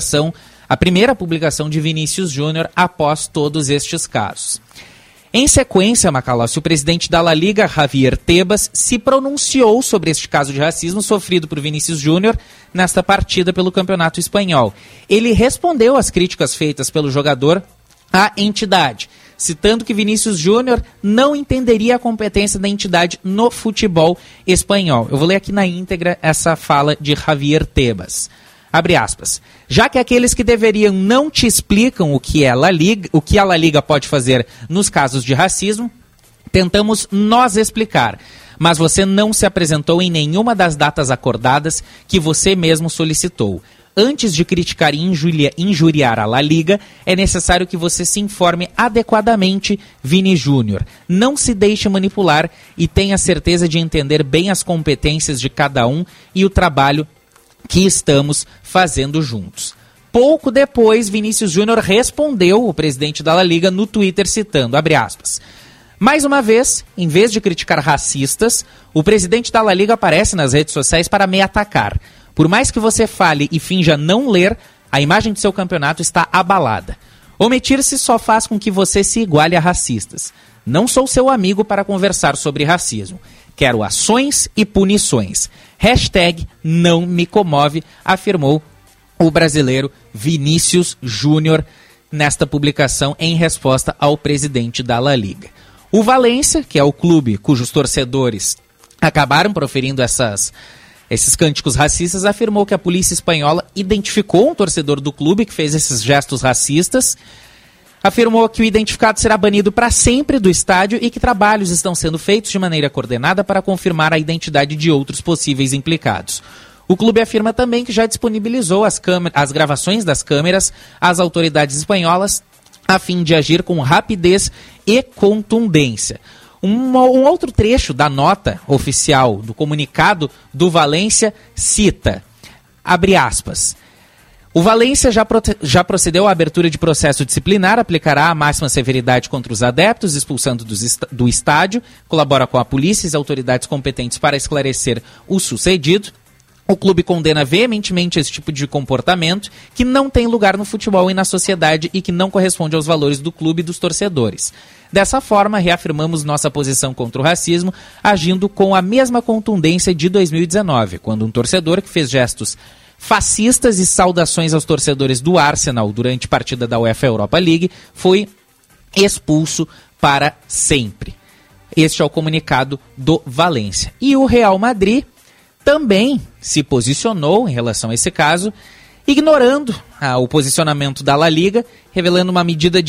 a primeira publicação de Vinícius Júnior após todos estes casos. Em sequência, Macalossi, o presidente da La Liga, Javier Tebas, se pronunciou sobre este caso de racismo sofrido por Vinícius Júnior nesta partida pelo Campeonato Espanhol. Ele respondeu às críticas feitas pelo jogador à entidade, citando que Vinícius Júnior não entenderia a competência da entidade no futebol espanhol. Eu vou ler aqui na íntegra essa fala de Javier Tebas. Abre aspas. Já que aqueles que deveriam não te explicam o que a La Liga pode fazer nos casos de racismo, tentamos nós explicar. Mas você não se apresentou em nenhuma das datas acordadas que você mesmo solicitou. Antes de criticar e injuriar a La Liga, é necessário que você se informe adequadamente, Vini Júnior. Não se deixe manipular e tenha certeza de entender bem as competências de cada um e o trabalho que estamos fazendo juntos. Pouco depois, Vinícius Júnior respondeu o presidente da La Liga no Twitter, citando, abre aspas, mais uma vez, em vez de criticar racistas, o presidente da La Liga aparece nas redes sociais para me atacar. Por mais que você fale e finja não ler, a imagem do seu campeonato está abalada. Omitir-se só faz com que você se iguale a racistas. Não sou seu amigo para conversar sobre racismo. Quero ações e punições. Hashtag não me comove, afirmou o brasileiro Vinícius Júnior nesta publicação em resposta ao presidente da La Liga. O Valência, que é o clube cujos torcedores acabaram proferindo esses cânticos racistas, afirmou que a polícia espanhola identificou um torcedor do clube que fez esses gestos racistas, afirmou que o identificado será banido para sempre do estádio e que trabalhos estão sendo feitos de maneira coordenada para confirmar a identidade de outros possíveis implicados. O clube afirma também que já disponibilizou as gravações das câmeras às autoridades espanholas a fim de agir com rapidez e contundência. Um outro trecho da nota oficial do comunicado do Valência cita, abre aspas, o Valência já procedeu à abertura de processo disciplinar, aplicará a máxima severidade contra os adeptos, expulsando do estádio, colabora com a polícia e as autoridades competentes para esclarecer o sucedido. O clube condena veementemente esse tipo de comportamento que não tem lugar no futebol e na sociedade e que não corresponde aos valores do clube e dos torcedores. Dessa forma, reafirmamos nossa posição contra o racismo, agindo com a mesma contundência de 2019, quando um torcedor que fez gestos fascistas e saudações aos torcedores do Arsenal durante partida da UEFA Europa League foi expulso para sempre. Este é o comunicado do Valência. E o Real Madrid também se posicionou em relação a esse caso, ignorando o posicionamento da La Liga, revelando uma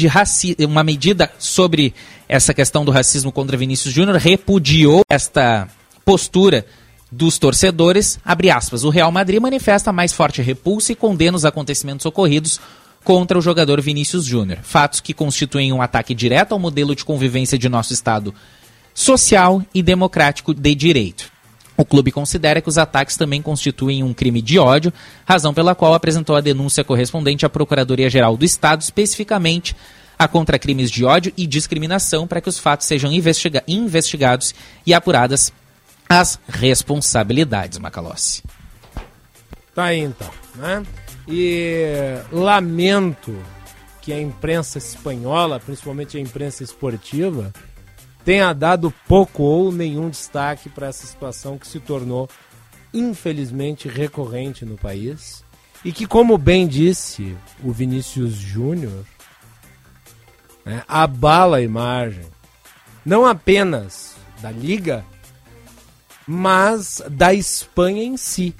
medida sobre essa questão do racismo contra Vinícius Júnior, repudiou esta postura dos torcedores, abre aspas, o Real Madrid manifesta a mais forte repulsa e condena os acontecimentos ocorridos contra o jogador Vinícius Júnior. Fatos que constituem um ataque direto ao modelo de convivência de nosso Estado social e democrático de direito. O clube considera que os ataques também constituem um crime de ódio, razão pela qual apresentou a denúncia correspondente à Procuradoria-Geral do Estado, especificamente a contra crimes de ódio e discriminação, para que os fatos sejam investigados e apuradas as responsabilidades, Macalossi. Tá aí então, né? E lamento que a imprensa espanhola, principalmente a imprensa esportiva, tenha dado pouco ou nenhum destaque para essa situação que se tornou, infelizmente, recorrente no país e que, como bem disse o Vinícius Júnior, né, abala a imagem não apenas da Liga, mas da Espanha em si.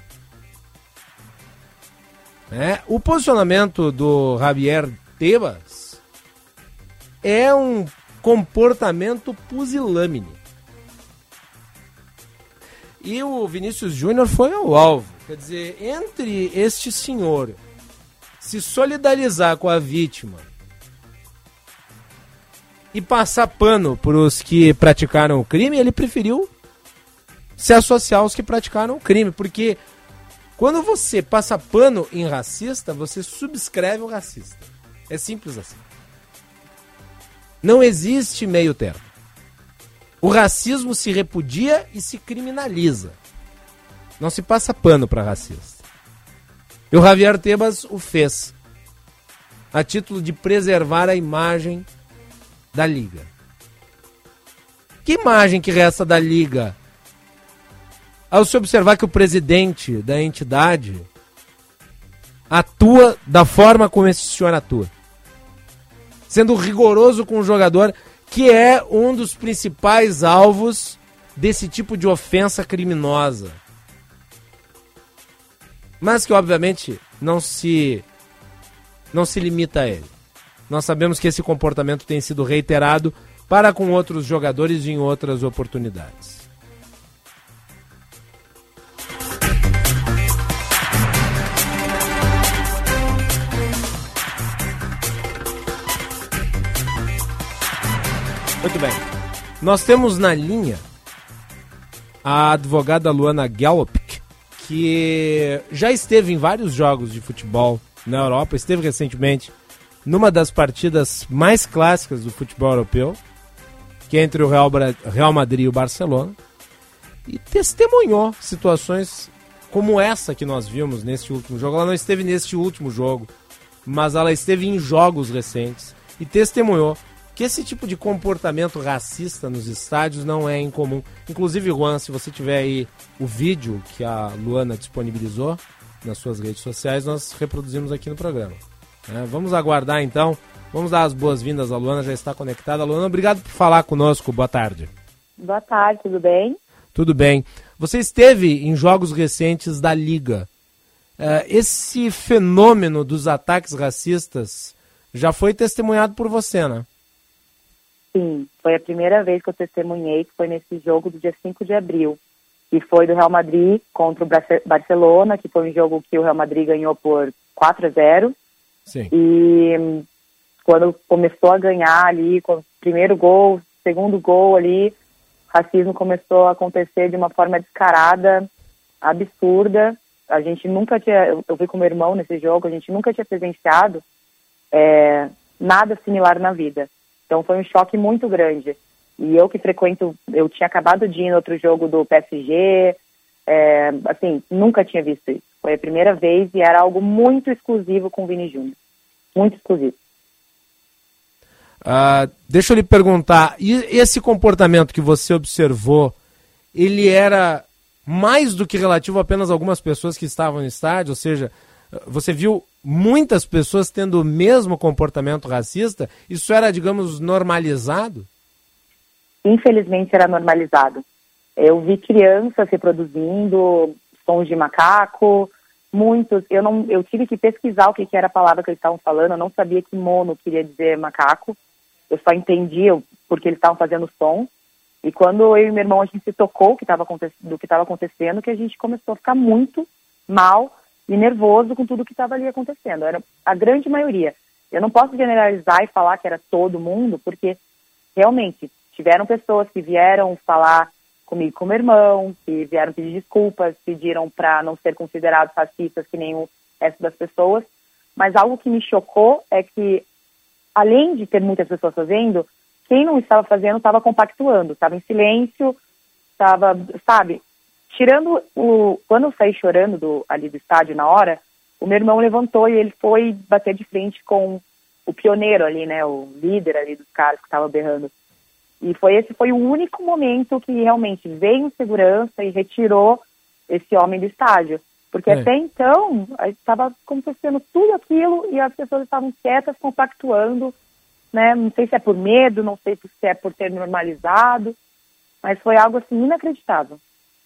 O posicionamento do Javier Tebas é um comportamento pusilânime. E o Vinícius Júnior foi ao alvo. Quer dizer, entre este senhor se solidarizar com a vítima e passar pano para os que praticaram o crime, ele preferiu se associar aos que praticaram o crime. Porque quando você passa pano em racista, você subscreve o racista. É simples assim. Não existe meio termo. O racismo se repudia e se criminaliza. Não se passa pano para racista. E o Javier Tebas o fez a título de preservar a imagem da Liga. Que imagem que resta da Liga ao se observar que o presidente da entidade atua da forma como esse senhor atua? Sendo rigoroso com o jogador, que é um dos principais alvos desse tipo de ofensa criminosa. Mas que, obviamente, não se limita a ele. Nós sabemos que esse comportamento tem sido reiterado para com outros jogadores em outras oportunidades. Muito bem. Nós temos na linha a advogada Luana Gallup, que já esteve em vários jogos de futebol na Europa, esteve recentemente numa das partidas mais clássicas do futebol europeu, que é entre o Real Madrid e o Barcelona, e testemunhou situações como essa que nós vimos neste último jogo. Ela não esteve neste último jogo, mas ela esteve em jogos recentes e testemunhou que esse tipo de comportamento racista nos estádios não é incomum. Inclusive, Juan, se você tiver aí o vídeo que a Luana disponibilizou nas suas redes sociais, nós reproduzimos aqui no programa. Vamos aguardar então, vamos dar as boas-vindas à Luana, já está conectada. Luana, obrigado por falar conosco, boa tarde. Boa tarde, tudo bem? Tudo bem. Você esteve em jogos recentes da Liga. Esse fenômeno dos ataques racistas já foi testemunhado por você, né? Sim, foi a primeira vez que eu testemunhei, que foi nesse jogo do dia 5 de abril, que foi do Real Madrid contra o Barcelona, que foi um jogo que o Real Madrid ganhou por 4-0. Sim. E quando começou a ganhar ali, com o primeiro gol, segundo gol ali, o racismo começou a acontecer de uma forma descarada, absurda. A gente nunca tinha, eu fui com meu irmão nesse jogo, a gente nunca tinha presenciado nada similar na vida. Então foi um choque muito grande. E eu que frequento, eu tinha acabado de ir no outro jogo do PSG, assim, nunca tinha visto isso. Foi a primeira vez e era algo muito exclusivo com o Vini Júnior. Muito exclusivo. Deixa eu lhe perguntar, e esse comportamento que você observou, ele era mais do que relativo a apenas algumas pessoas que estavam no estádio? Ou seja, você viu muitas pessoas tendo o mesmo comportamento racista? Isso era, digamos, normalizado? Infelizmente era normalizado. Eu vi crianças reproduzindo sons de macaco, muitos. Eu tive que pesquisar o que era a palavra que eles estavam falando. Eu não sabia que mono queria dizer macaco. Eu só entendia porque eles estavam fazendo som. E quando eu e meu irmão a gente se tocou do que estava acontecendo, que a gente começou a ficar muito mal e nervoso com tudo que estava ali acontecendo. Era a grande maioria. Eu não posso generalizar e falar que era todo mundo, porque realmente tiveram pessoas que vieram falar comigo e com meu irmão, que vieram pedir desculpas, pediram para não ser considerados racistas que nem o resto das pessoas. Mas algo que me chocou é que, além de ter muitas pessoas fazendo, quem não estava fazendo estava compactuando, estava em silêncio, estava, sabe, tirando o... Quando eu saí chorando ali do estádio na hora, o meu irmão levantou e ele foi bater de frente com o pioneiro ali, né, o líder ali dos caras que estavam berrando. E esse foi o único momento que realmente veio segurança e retirou esse homem do estádio. Porque até então, estava acontecendo tudo aquilo e as pessoas estavam quietas, compactuando, né? Não sei se é por medo, não sei se é por ter normalizado, mas foi algo assim inacreditável.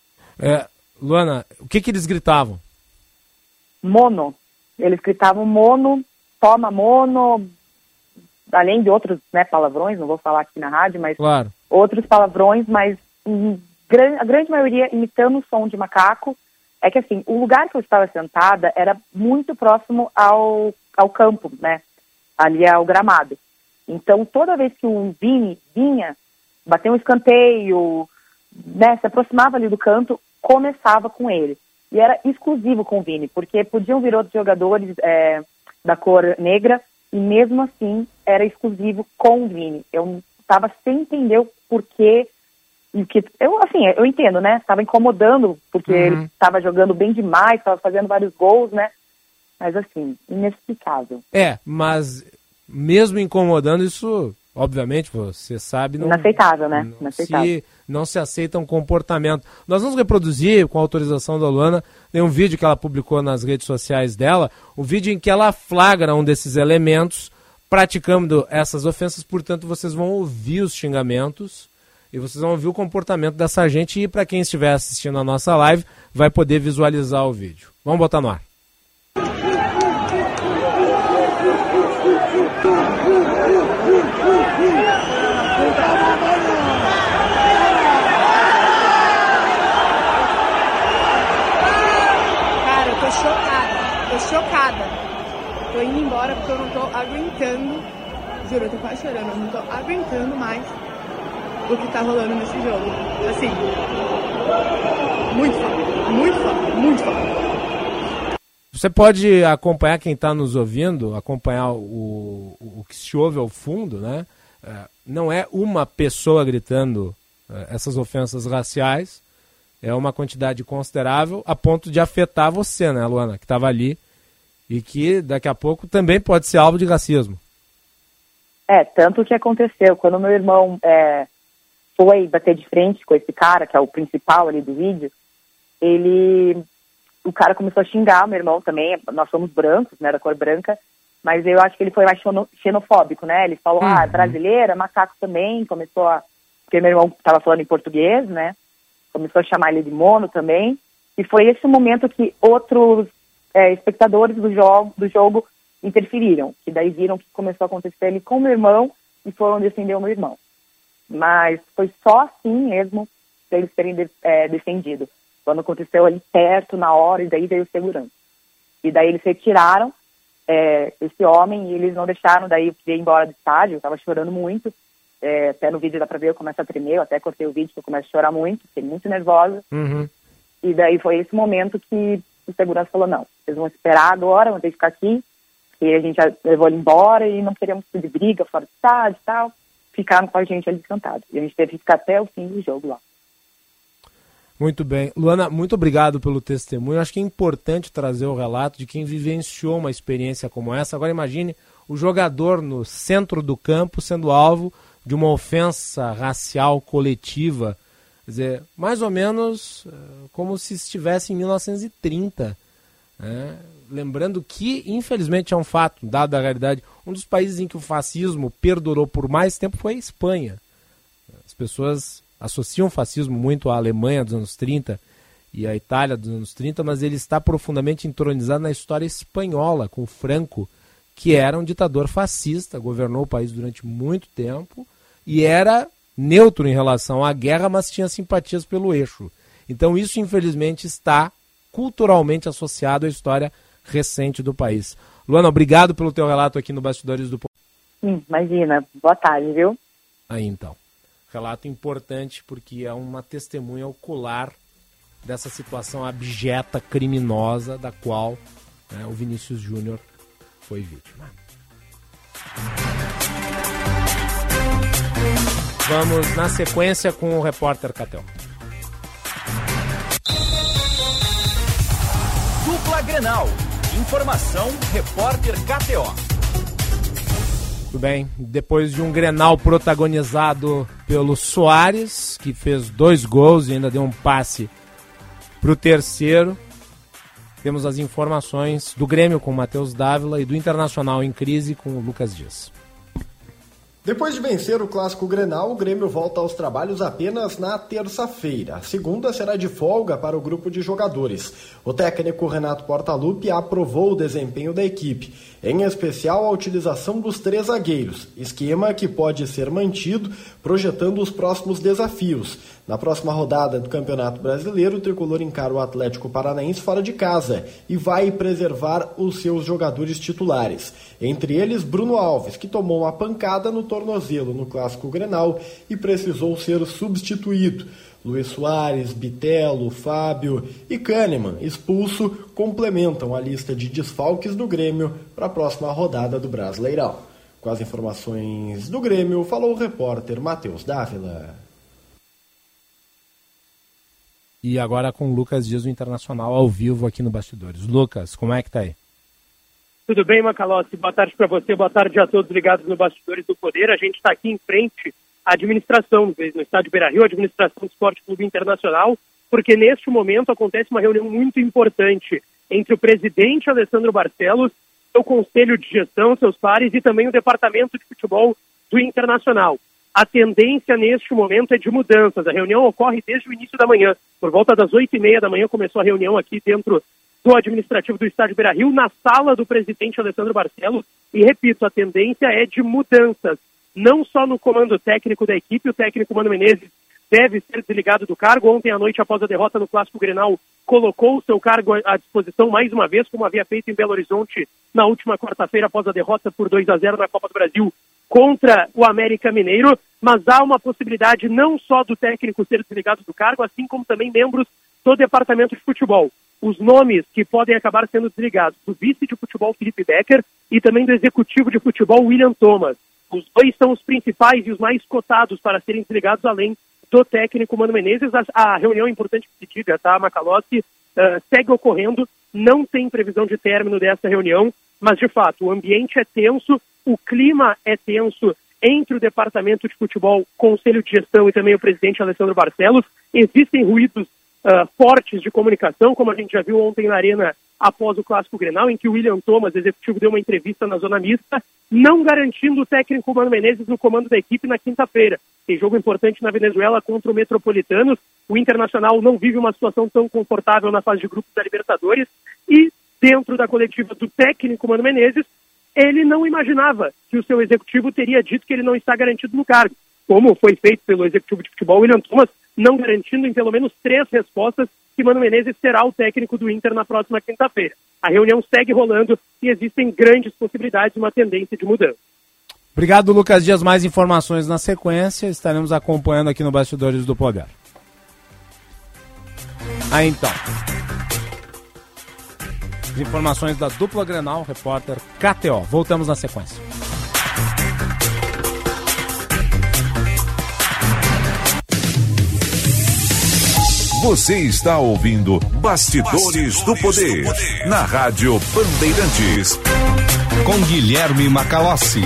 Luana, o que eles gritavam? Mono. Eles gritavam mono, toma mono, além de outros, né, palavrões, não vou falar aqui na rádio, mas claro, outros palavrões, mas a grande maioria imitando o som de macaco. É que, assim, o lugar que eu estava sentada era muito próximo ao campo, né? Ali é o gramado. Então, toda vez que o Vini vinha, bater um escanteio, né, se aproximava ali do canto, começava com ele. E era exclusivo com o Vini, porque podiam vir outros jogadores da cor negra, e mesmo assim era exclusivo com o Vini. Eu estava sem entender o porquê. Eu entendo, né? Estava incomodando, porque ele estava jogando bem demais, estava fazendo vários gols, né? Mas, assim, inexplicável. Mas mesmo incomodando, isso, obviamente, você sabe... Inaceitável, né? Inaceitável. Não se aceita um comportamento. Nós vamos reproduzir, com a autorização da Luana, tem um vídeo que ela publicou nas redes sociais dela, um vídeo em que ela flagra um desses elementos praticando essas ofensas, portanto, vocês vão ouvir os xingamentos e vocês vão ouvir o comportamento dessa gente, e para quem estiver assistindo a nossa live, vai poder visualizar o vídeo. Vamos botar no ar. Cara, eu tô chocada. Tô indo embora porque eu não tô aguentando. Juro, eu tô quase chorando, eu não tô aguentando mais o que tá rolando nesse jogo. Assim, muito foda. Você pode acompanhar, quem está nos ouvindo, acompanhar o que se ouve ao fundo, né? Não é uma pessoa gritando essas ofensas raciais, é uma quantidade considerável a ponto de afetar você, né, Luana, que estava ali e que daqui a pouco também pode ser alvo de racismo. Tanto que aconteceu, quando meu irmão foi bater de frente com esse cara, que é o principal ali do vídeo, o cara começou a xingar o meu irmão também, nós somos brancos, né, da cor branca, mas eu acho que ele foi mais xenofóbico, né, ele falou, brasileira, macaco também, porque meu irmão estava falando em português, né, começou a chamar ele de mono também, e foi esse momento que outros espectadores do jogo interferiram, que daí viram que começou a acontecer ali com o meu irmão e foram defender o meu irmão. Mas foi só assim mesmo para eles terem defendido. Quando aconteceu ali perto, na hora, e daí veio segurança. E daí eles retiraram esse homem e eles não deixaram daí ir embora do estádio. Eu estava chorando muito. Até no vídeo dá para ver, eu começo a tremer, eu até cortei o vídeo que eu começo a chorar muito, fiquei muito nervosa. E daí foi esse momento que o segurança falou, não, vocês vão esperar agora, vão ter que ficar aqui, e a gente já levou ele embora e não queríamos pedir briga fora do estádio e tal. Ficaram com a gente ali sentado. E a gente teve que ficar até o fim do jogo lá. Muito bem. Luana, muito obrigado pelo testemunho. Acho que é importante trazer o relato de quem vivenciou uma experiência como essa. Agora imagine o jogador no centro do campo sendo alvo de uma ofensa racial coletiva. Quer dizer, mais ou menos como se estivesse em 1930. Né? Lembrando que, infelizmente, é um fato, dado a realidade, um dos países em que o fascismo perdurou por mais tempo foi a Espanha. As pessoas associam o fascismo muito à Alemanha dos anos 30 e à Itália dos anos 30, mas ele está profundamente entronizado na história espanhola, com Franco, que era um ditador fascista, governou o país durante muito tempo e era neutro em relação à guerra, mas tinha simpatias pelo eixo. Então isso, infelizmente, está culturalmente associado à história recente do país. Luana, obrigado pelo teu relato aqui no Bastidores do Poder. Imagina. Boa tarde, viu? Aí então. Relato importante porque é uma testemunha ocular dessa situação abjeta, criminosa, da qual, né, o Vinícius Júnior foi vítima. Vamos na sequência com o repórter Catel. Dupla Grenal. Informação, repórter KTO. Tudo bem, depois de um Grenal protagonizado pelo Soares, que fez 2 gols e ainda deu um passe para o terceiro, temos as informações do Grêmio com o Matheus Dávila e do Internacional em crise com o Lucas Dias. Depois de vencer o Clássico Grenal, o Grêmio volta aos trabalhos apenas na terça-feira. A segunda será de folga para o grupo de jogadores. O técnico Renato Portaluppi aprovou o desempenho da equipe, em especial a utilização dos 3 zagueiros, esquema que pode ser mantido projetando os próximos desafios. Na próxima rodada do Campeonato Brasileiro, o tricolor encara o Atlético Paranaense fora de casa e vai preservar os seus jogadores titulares. Entre eles, Bruno Alves, que tomou uma pancada no tornozelo no Clássico Grenal e precisou ser substituído. Luiz Soares, Bitelo, Fábio e Kahneman, expulso, complementam a lista de desfalques do Grêmio para a próxima rodada do Brasileirão. Com as informações do Grêmio, falou o repórter Matheus Dávila. E agora com o Lucas Dias, do Internacional, ao vivo aqui no Bastidores. Lucas, como é que tá aí? Tudo bem, Macalossi? Boa tarde para você, boa tarde a todos ligados no Bastidores do Poder. A gente está aqui em frente à administração, no estádio Beira-Rio, a administração do Esporte Clube Internacional, porque neste momento acontece uma reunião muito importante entre o presidente Alessandro Barcelos, seu conselho de gestão, seus pares e também o departamento de futebol do Internacional. A tendência neste momento é de mudanças. A reunião ocorre desde o início da manhã. Por volta das 8h30 da manhã começou a reunião aqui dentro do administrativo do estádio Beira-Rio, na sala do presidente Alessandro Barcelos. E, repito, a tendência é de mudanças. Não só no comando técnico da equipe, o técnico Mano Menezes deve ser desligado do cargo. Ontem à noite, após a derrota no Clássico Grenal, colocou o seu cargo à disposição mais uma vez, como havia feito em Belo Horizonte na última quarta-feira, após a derrota por 2-0 na Copa do Brasil contra o América Mineiro. Mas há uma possibilidade não só do técnico ser desligado do cargo, assim como também membros do departamento de futebol. Os nomes que podem acabar sendo desligados, do vice de futebol Felipe Becker e também do executivo de futebol William Thomas. Os dois são os principais e os mais cotados para serem desligados, além do técnico Mano Menezes. A reunião é importante que se diga, tá, Macalossi? Segue ocorrendo, não tem previsão de término dessa reunião, mas de fato o ambiente é tenso, o clima é tenso entre o departamento de futebol, conselho de gestão e também o presidente Alessandro Barcelos. Existem ruídos fortes de comunicação, como a gente já viu ontem na Arena após o Clássico Grenal, em que o William Thomas, executivo, deu uma entrevista na zona mista, não garantindo o técnico Mano Menezes no comando da equipe na quinta-feira. Tem jogo importante na Venezuela contra o Metropolitanos. O Internacional não vive uma situação tão confortável na fase de grupos da Libertadores e, dentro da coletiva do técnico Mano Menezes, ele não imaginava que o seu executivo teria dito que ele não está garantido no cargo, como foi feito pelo executivo de futebol William Thomas, não garantindo em pelo menos 3 respostas que Mano Menezes será o técnico do Inter na próxima quinta-feira. A reunião segue rolando e existem grandes possibilidades de uma tendência de mudança. Obrigado, Lucas Dias. Mais informações na sequência. Estaremos acompanhando aqui no Bastidores do Poder. Então. As informações da dupla Grenal, repórter KTO. Voltamos na sequência. Você está ouvindo Bastidores do Poder, na Rádio Bandeirantes. Com Guilherme Macalossi.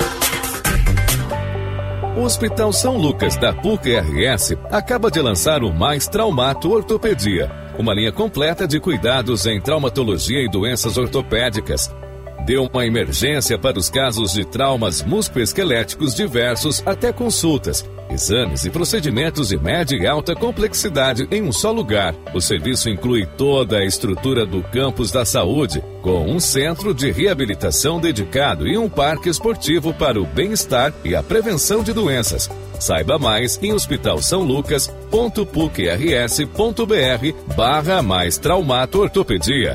O Hospital São Lucas da PUC-RS acaba de lançar o Mais Traumato Ortopedia, uma linha completa de cuidados em traumatologia e doenças ortopédicas. Deu uma emergência para os casos de traumas musculoesqueléticos diversos até consultas, exames e procedimentos de média e alta complexidade em um só lugar. O serviço inclui toda a estrutura do campus da saúde, com um centro de reabilitação dedicado e um parque esportivo para o bem-estar e a prevenção de doenças. Saiba mais em hospitalsaulucas.pucrs.br/mais traumato ortopedia.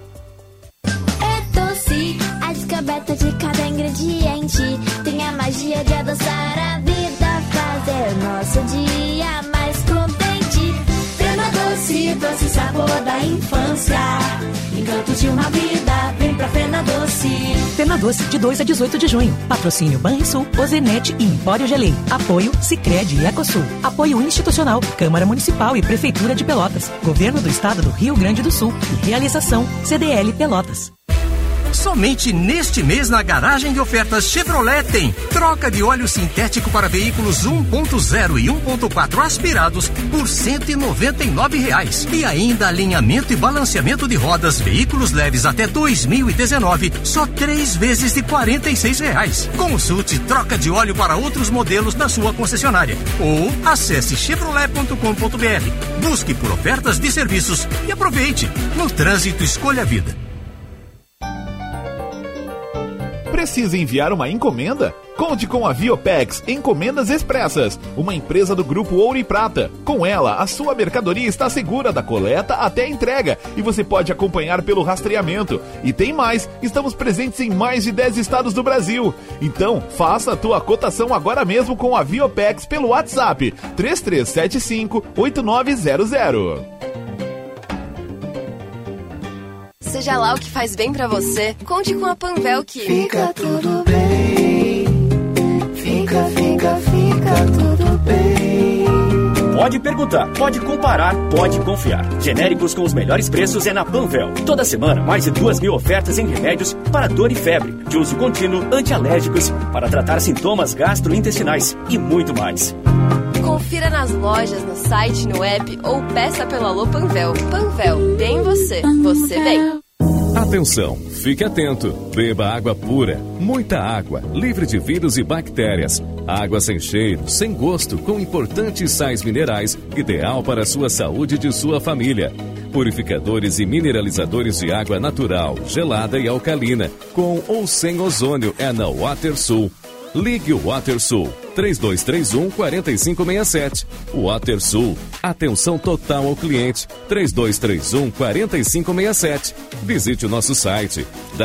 A descoberta de cada ingrediente tem a magia de adoçar a vida, fazer nós seu dia mais contente. Fena Doce, doce sabor da infância. Encantos de uma vida, vem pra Fena Doce. Fena Doce, de 2 a 18 de junho. Patrocínio Banrisul, Ozenete e Empório Gelei. Apoio Sicredi e Ecosul. Apoio institucional, Câmara Municipal e Prefeitura de Pelotas. Governo do Estado do Rio Grande do Sul. E realização CDL Pelotas. Somente neste mês na garagem de ofertas Chevrolet tem troca de óleo sintético para veículos 1.0 e 1.4 aspirados por R$ 199,00. E ainda alinhamento e balanceamento de rodas, veículos leves até 2019, só 3 vezes de R$ 46,00. Consulte troca de óleo para outros modelos na sua concessionária ou acesse chevrolet.com.br. Busque por ofertas de serviços e aproveite. No trânsito, escolha a vida. Precisa enviar uma encomenda? Conte com a Viopex Encomendas Expressas, uma empresa do Grupo Ouro e Prata. Com ela, a sua mercadoria está segura da coleta até a entrega e você pode acompanhar pelo rastreamento. E tem mais, estamos presentes em mais de 10 estados do Brasil. Então, faça a tua cotação agora mesmo com a Viopex pelo WhatsApp 3375-8900. Seja lá o que faz bem pra você, conte com a Panvel que... Fica tudo bem. Fica tudo bem. Pode perguntar, pode comparar, pode confiar. Genéricos com os melhores preços é na Panvel. Toda semana, mais de 2.000 ofertas em remédios para dor e febre, de uso contínuo, antialérgicos, para tratar sintomas gastrointestinais e muito mais. Confira nas lojas, no site, no app ou peça pelo Alô Panvel. Panvel, bem você, você bem. Atenção, fique atento. Beba água pura, muita água, livre de vírus e bactérias. Água sem cheiro, sem gosto, com importantes sais minerais, ideal para a sua saúde e de sua família. Purificadores e mineralizadores de água natural, gelada e alcalina, com ou sem ozônio, é na WaterSul. Ligue o WaterSul 3231-4567. WaterSul, atenção total ao cliente 3231-4567. Visite o nosso site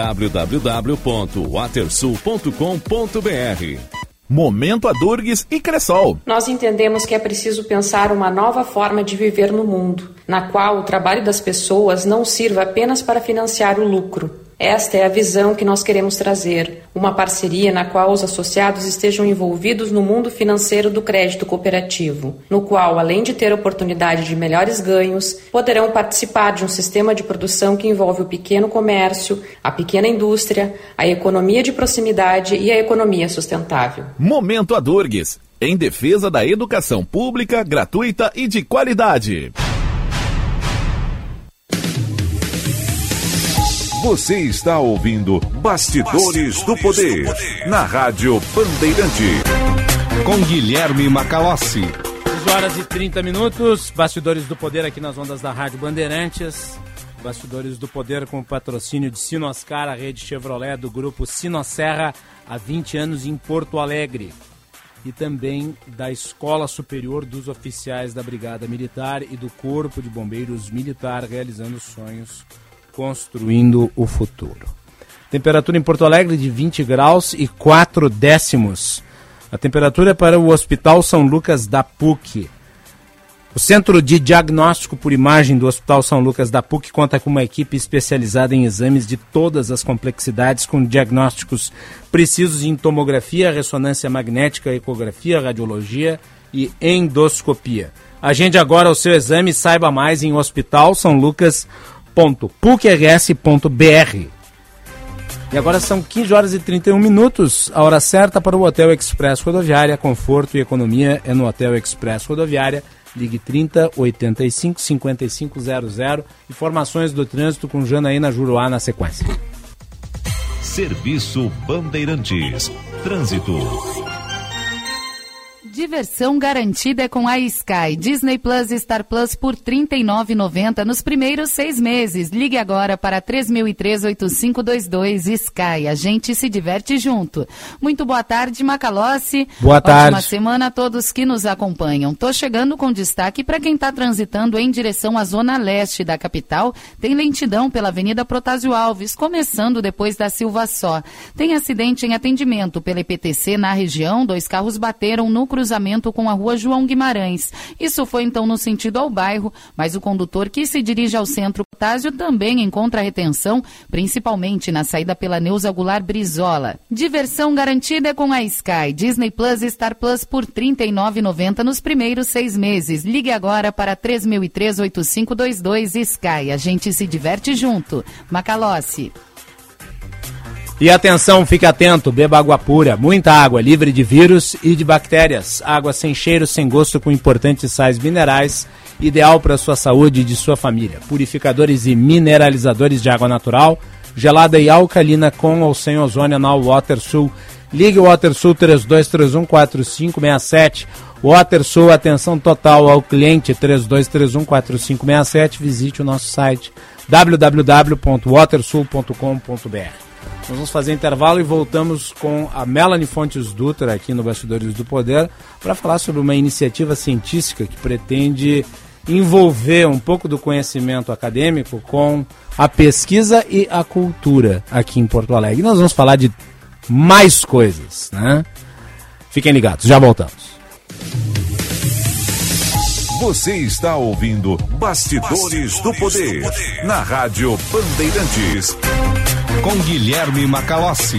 www.watersul.com.br. Momento Adurgues e Cressol. Nós entendemos que é preciso pensar uma nova forma de viver no mundo, na qual o trabalho das pessoas não sirva apenas para financiar o lucro. Esta é a visão que nós queremos trazer, uma parceria na qual os associados estejam envolvidos no mundo financeiro do crédito cooperativo, no qual, além de ter oportunidade de melhores ganhos, poderão participar de um sistema de produção que envolve o pequeno comércio, a pequena indústria, a economia de proximidade e a economia sustentável. Momento Adurgues, em defesa da educação pública, gratuita e de qualidade. Você está ouvindo Bastidores do Poder, na Rádio Bandeirante. Com Guilherme Macalossi. 6h30, Bastidores do Poder aqui nas ondas da Rádio Bandeirantes. Bastidores do Poder com o patrocínio de Sinoscar, a rede Chevrolet do grupo Sinosserra, há 20 anos em Porto Alegre. E também da Escola Superior dos Oficiais da Brigada Militar e do Corpo de Bombeiros Militar, realizando sonhos, construindo o futuro. Temperatura em Porto Alegre de 20 graus e 4 décimos. A temperatura é para o Hospital São Lucas da PUC. O Centro de Diagnóstico por Imagem do Hospital São Lucas da PUC conta com uma equipe especializada em exames de todas as complexidades, com diagnósticos precisos em tomografia, ressonância magnética, ecografia, radiologia e endoscopia. Agende agora o seu exame e saiba mais em hospitalsaulucas.pucrs.br. E agora são 15h31, a hora certa para o Hotel Express Rodoviária. Conforto e economia é no Hotel Express Rodoviária. Ligue 30 85 5500. Informações do trânsito com Janaína Juruá na sequência. Serviço Bandeirantes. Trânsito. Diversão garantida é com a Sky. Disney Plus e Star Plus por R$ 39,90 nos primeiros 6 meses. Ligue agora para 3003-8522. Sky, a gente se diverte junto. Muito boa tarde, Macalossi. Boa tarde. Ótima semana a todos que nos acompanham. Tô chegando com destaque para quem está transitando em direção à zona leste da capital. Tem lentidão pela Avenida Protásio Alves, começando depois da Silva Só. Tem acidente em atendimento pela EPTC na região. 2 carros bateram no cruzamento cruzamento com a rua João Guimarães. Isso foi então no sentido ao bairro, mas o condutor que se dirige ao centro Protásio também encontra retenção, principalmente na saída pela Neuza Goulart Brizola. Diversão garantida com a Sky. Disney Plus e Star Plus por R$ 39,90 nos primeiros 6 meses. Ligue agora para 3003-8522 Sky. A gente se diverte junto. Macalossi. E atenção, fique atento, beba água pura, muita água, livre de vírus e de bactérias. Água sem cheiro, sem gosto, com importantes sais minerais, ideal para a sua saúde e de sua família. Purificadores e mineralizadores de água natural, gelada e alcalina com ou sem ozônio na WaterSul. Ligue o WaterSul 3231-4567. WaterSul, atenção total ao cliente 3231-4567. Visite o nosso site www.watersul.com.br. Nós vamos fazer intervalo e voltamos com a Melanie Fontes Dutra aqui no Bastidores do Poder para falar sobre uma iniciativa científica que pretende envolver um pouco do conhecimento acadêmico com a pesquisa e a cultura aqui em Porto Alegre. E nós vamos falar de mais coisas, né? Fiquem ligados, já voltamos. Você está ouvindo Bastidores do Poder, na Rádio Bandeirantes. Com Guilherme Macalossi.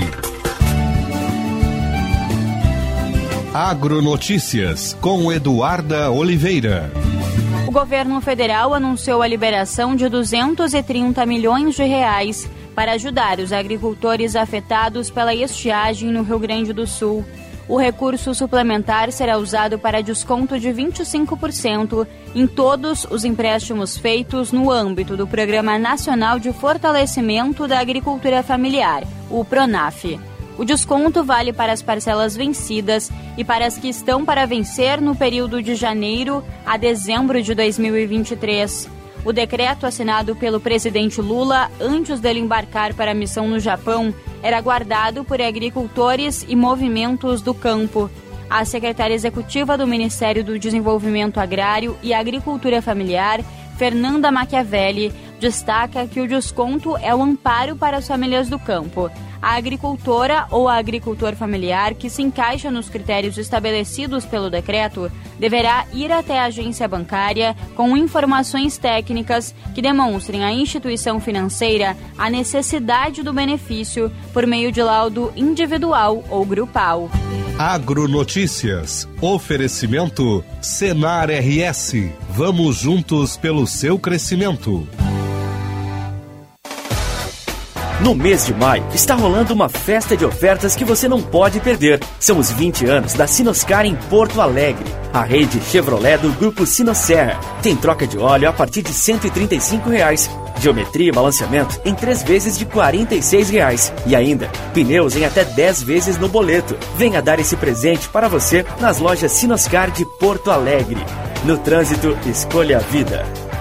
Agronotícias, com Eduarda Oliveira. O governo federal anunciou a liberação de 230 milhões de reais para ajudar os agricultores afetados pela estiagem no Rio Grande do Sul. O recurso suplementar será usado para desconto de 25% em todos os empréstimos feitos no âmbito do Programa Nacional de Fortalecimento da Agricultura Familiar, o PRONAF. O desconto vale para as parcelas vencidas e para as que estão para vencer no período de janeiro a dezembro de 2023. O decreto assinado pelo presidente Lula antes dele embarcar para a missão no Japão era aguardado por agricultores e movimentos do campo. A secretária executiva do Ministério do Desenvolvimento Agrário e Agricultura Familiar, Fernanda Machiavelli, destaca que o desconto é o amparo para as famílias do campo. A agricultora ou a agricultor familiar que se encaixa nos critérios estabelecidos pelo decreto deverá ir até a agência bancária com informações técnicas que demonstrem à instituição financeira a necessidade do benefício por meio de laudo individual ou grupal. Agronotícias. Oferecimento Senar RS. Vamos juntos pelo seu crescimento. No mês de maio, está rolando uma festa de ofertas que você não pode perder. São os 20 anos da Sinoscar em Porto Alegre. A rede Chevrolet do Grupo Sinosserra. Tem troca de óleo a partir de R$ 135. Geometria e balanceamento em 3 vezes de R$ 46. E ainda, pneus em até 10 vezes no boleto. Venha dar esse presente para você nas lojas Sinoscar de Porto Alegre. No trânsito, escolha a vida.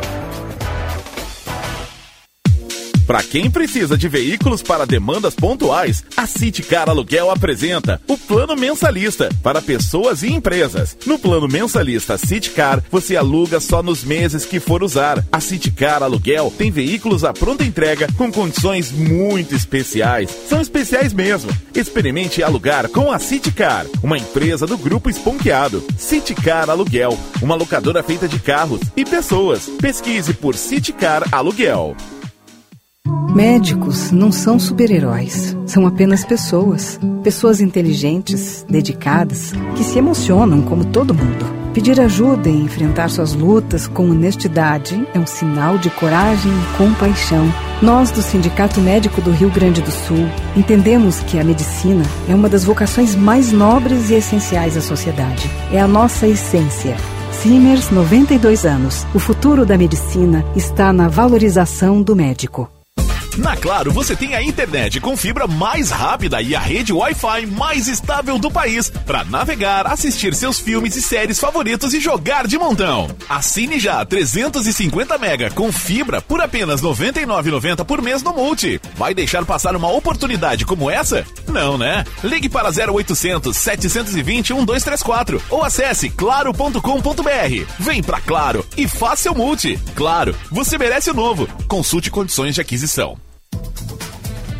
Para quem precisa de veículos para demandas pontuais, a Citicar Aluguel apresenta o Plano Mensalista para pessoas e empresas. No Plano Mensalista Citicar, você aluga só nos meses que for usar. A Citicar Aluguel tem veículos à pronta entrega com condições muito especiais. São especiais mesmo. Experimente alugar com a Citicar, uma empresa do Grupo Esponqueado. Citicar Aluguel, uma locadora feita de carros e pessoas. Pesquise por Citicar Aluguel. Médicos não são super-heróis, são apenas pessoas. Pessoas inteligentes, dedicadas, que se emocionam como todo mundo. Pedir ajuda e enfrentar suas lutas com honestidade é um sinal de coragem e compaixão. Nós, do Sindicato Médico do Rio Grande do Sul, entendemos que a medicina é uma das vocações mais nobres e essenciais à sociedade. É a nossa essência. Simers, 92 anos. O futuro da medicina está na valorização do médico. Na Claro, você tem a internet com fibra mais rápida e a rede Wi-Fi mais estável do país para navegar, assistir seus filmes e séries favoritos e jogar de montão. Assine já 350 mega com fibra por apenas R$ 99,90 por mês no Multi. Vai deixar passar uma oportunidade como essa? Não, né? Ligue para 0800 720 1234 ou acesse claro.com.br. Vem pra Claro e faça o Multi. Claro, você merece o novo. Consulte condições de aquisição.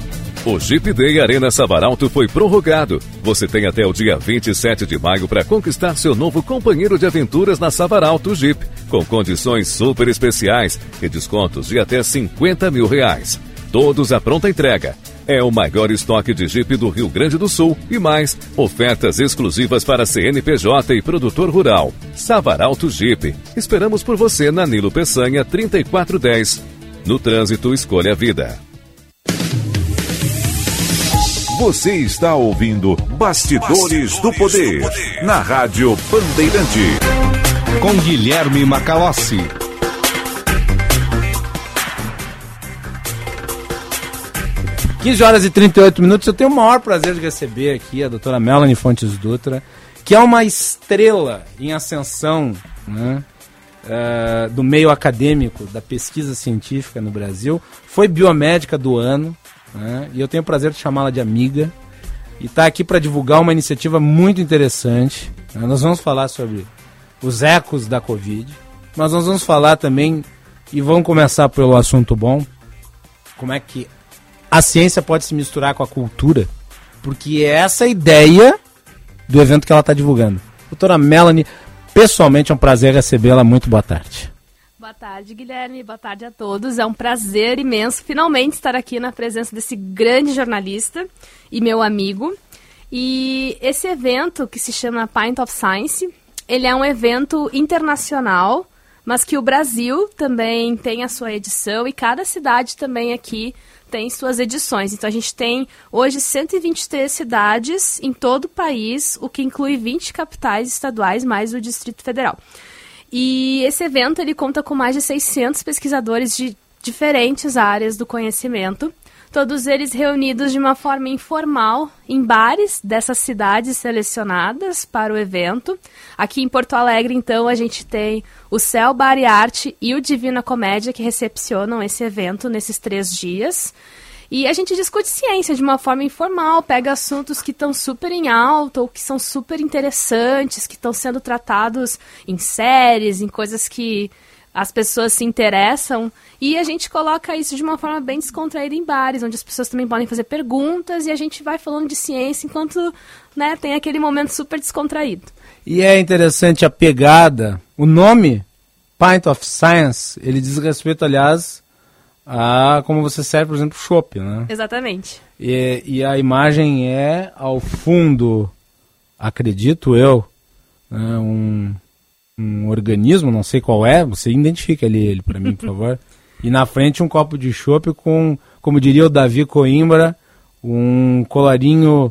O Jeep Day Arena Savaralto foi prorrogado. Você tem até o dia 27 de maio para conquistar seu novo companheiro de aventuras na Savaralto Jeep, com condições super especiais e descontos de até R$50 mil. Todos à pronta entrega. É o maior estoque de Jeep do Rio Grande do Sul e mais ofertas exclusivas para CNPJ e produtor rural. Savaralto Jeep. Esperamos por você na Nilo Peçanha 3410. No trânsito, escolha a vida. Você está ouvindo Bastidores do Poder, na Rádio Bandeirante. Com Guilherme Macalossi. 15h38. Eu tenho o maior prazer de receber aqui a doutora Melanie Fontes Dutra, que é uma estrela em ascensão, né, do meio acadêmico, da pesquisa científica no Brasil. Foi biomédica do ano. E eu tenho o prazer de chamá-la de amiga e está aqui para divulgar uma iniciativa muito interessante. Nós vamos falar sobre os ecos da Covid, mas nós vamos falar também, e vamos começar pelo assunto bom, como é que a ciência pode se misturar com a cultura, porque é essa a ideia do evento que ela está divulgando. Doutora Melanie, pessoalmente é um prazer recebê-la. Muito boa tarde. Boa tarde, Guilherme. Boa tarde a todos. É um prazer imenso finalmente estar aqui na presença desse grande jornalista e meu amigo. E esse evento, que se chama Pint of Science, ele é um evento internacional, mas que o Brasil também tem a sua edição e cada cidade também aqui tem suas edições. Então a gente tem hoje 123 cidades em todo o país, o que inclui 20 capitais estaduais mais o Distrito Federal. E esse evento ele conta com mais de 600 pesquisadores de diferentes áreas do conhecimento, todos eles reunidos de uma forma informal em bares dessas cidades selecionadas para o evento. Aqui em Porto Alegre, então, a gente tem o Céu Bar e Arte e o Divina Comédia que recepcionam esse evento nesses 3 dias. E a gente discute ciência de uma forma informal, pega assuntos que estão super em alta ou que são super interessantes, que estão sendo tratados em séries, em coisas que as pessoas se interessam, e a gente coloca isso de uma forma bem descontraída em bares, onde as pessoas também podem fazer perguntas e a gente vai falando de ciência enquanto, né, tem aquele momento super descontraído. E é interessante a pegada, o nome Pint of Science, ele diz respeito, aliás, a como você serve, por exemplo, chopp, né? Exatamente. E a imagem é, ao fundo, acredito eu, né, um organismo, não sei qual é, você identifica ele para mim, por favor. E na frente um copo de chopp com, como diria o Davi Coimbra, um colarinho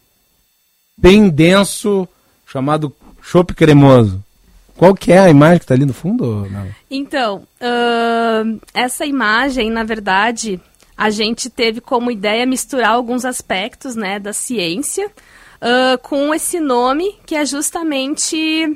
bem denso, chamado chopp cremoso. Qual que é a imagem que está ali no fundo? Não? Então, essa imagem, na verdade, a gente teve como ideia misturar alguns aspectos, né, da ciência com esse nome, que é justamente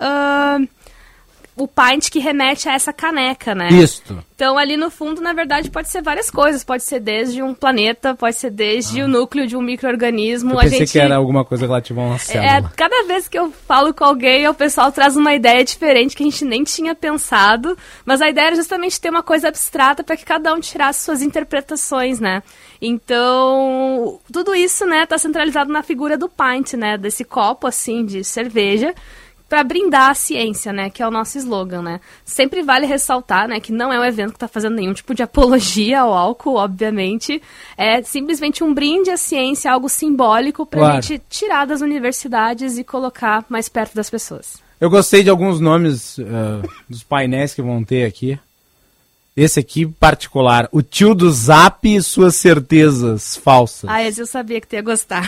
o pint, que remete a essa caneca, né? Isso. Então, ali no fundo, na verdade, pode ser várias coisas. Pode ser desde um planeta, pode ser desde o núcleo de um micro-organismo. Eu pensei que era alguma coisa relativa a uma célula. Cada vez que eu falo com alguém, o pessoal traz uma ideia diferente que a gente nem tinha pensado. Mas a ideia era justamente ter uma coisa abstrata para que cada um tirasse suas interpretações, né? Então, tudo isso, né, tá centralizado na figura do pint, né? Desse copo, assim, de cerveja, para brindar a ciência, né, que é o nosso slogan, né. Sempre vale ressaltar, né, que não é um evento que está fazendo nenhum tipo de apologia ao álcool, obviamente. É simplesmente um brinde à ciência, algo simbólico para a gente tirar das universidades e colocar mais perto das pessoas. Eu gostei de alguns nomes dos painéis que vão ter aqui. Esse aqui, particular, o tio do Zap e suas certezas falsas. Ah, esse eu sabia que tu ia gostar.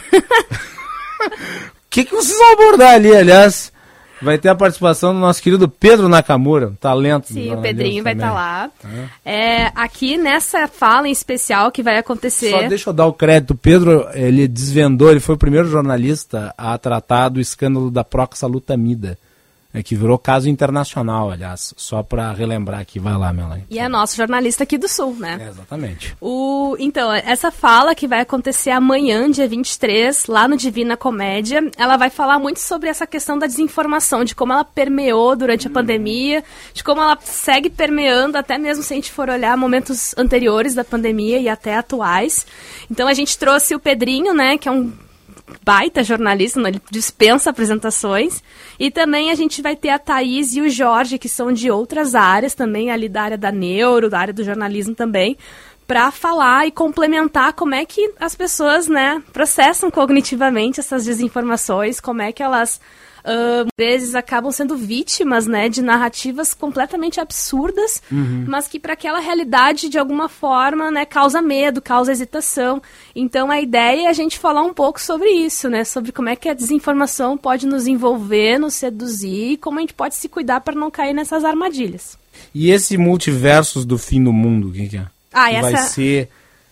O que vocês vão abordar ali, aliás? Vai ter a participação do nosso querido Pedro Nakamura, talento. Sim, o Pedrinho vai estar lá. Aqui nessa fala em especial que vai acontecer... Só deixa eu dar o crédito. O Pedro, ele desvendou, ele foi o primeiro jornalista a tratar do escândalo da proxalutamida. que virou caso internacional, aliás, só para relembrar aqui. Vai lá, Melanie. E é nosso jornalista aqui do Sul, né? Exatamente. Então, essa fala que vai acontecer amanhã, dia 23, lá no Divina Comédia, ela vai falar muito sobre essa questão da desinformação, de como ela permeou durante a pandemia, de como ela segue permeando, até mesmo se a gente for olhar momentos anteriores da pandemia e até atuais. Então, a gente trouxe o Pedrinho, né, que é um baita jornalista, ele dispensa apresentações, e também a gente vai ter a Thaís e o Jorge, que são de outras áreas também, ali da área da neuro, da área do jornalismo também, para falar e complementar como é que as pessoas, né, processam cognitivamente essas desinformações, como é que elas às vezes acabam sendo vítimas, né, de narrativas completamente absurdas, mas que para aquela realidade, de alguma forma, né, causa medo, causa hesitação. Então a ideia é a gente falar um pouco sobre isso, né, sobre como é que a desinformação pode nos envolver, nos seduzir, e como a gente pode se cuidar para não cair nessas armadilhas. E esse multiversos do fim do mundo, o que é? Vai ser...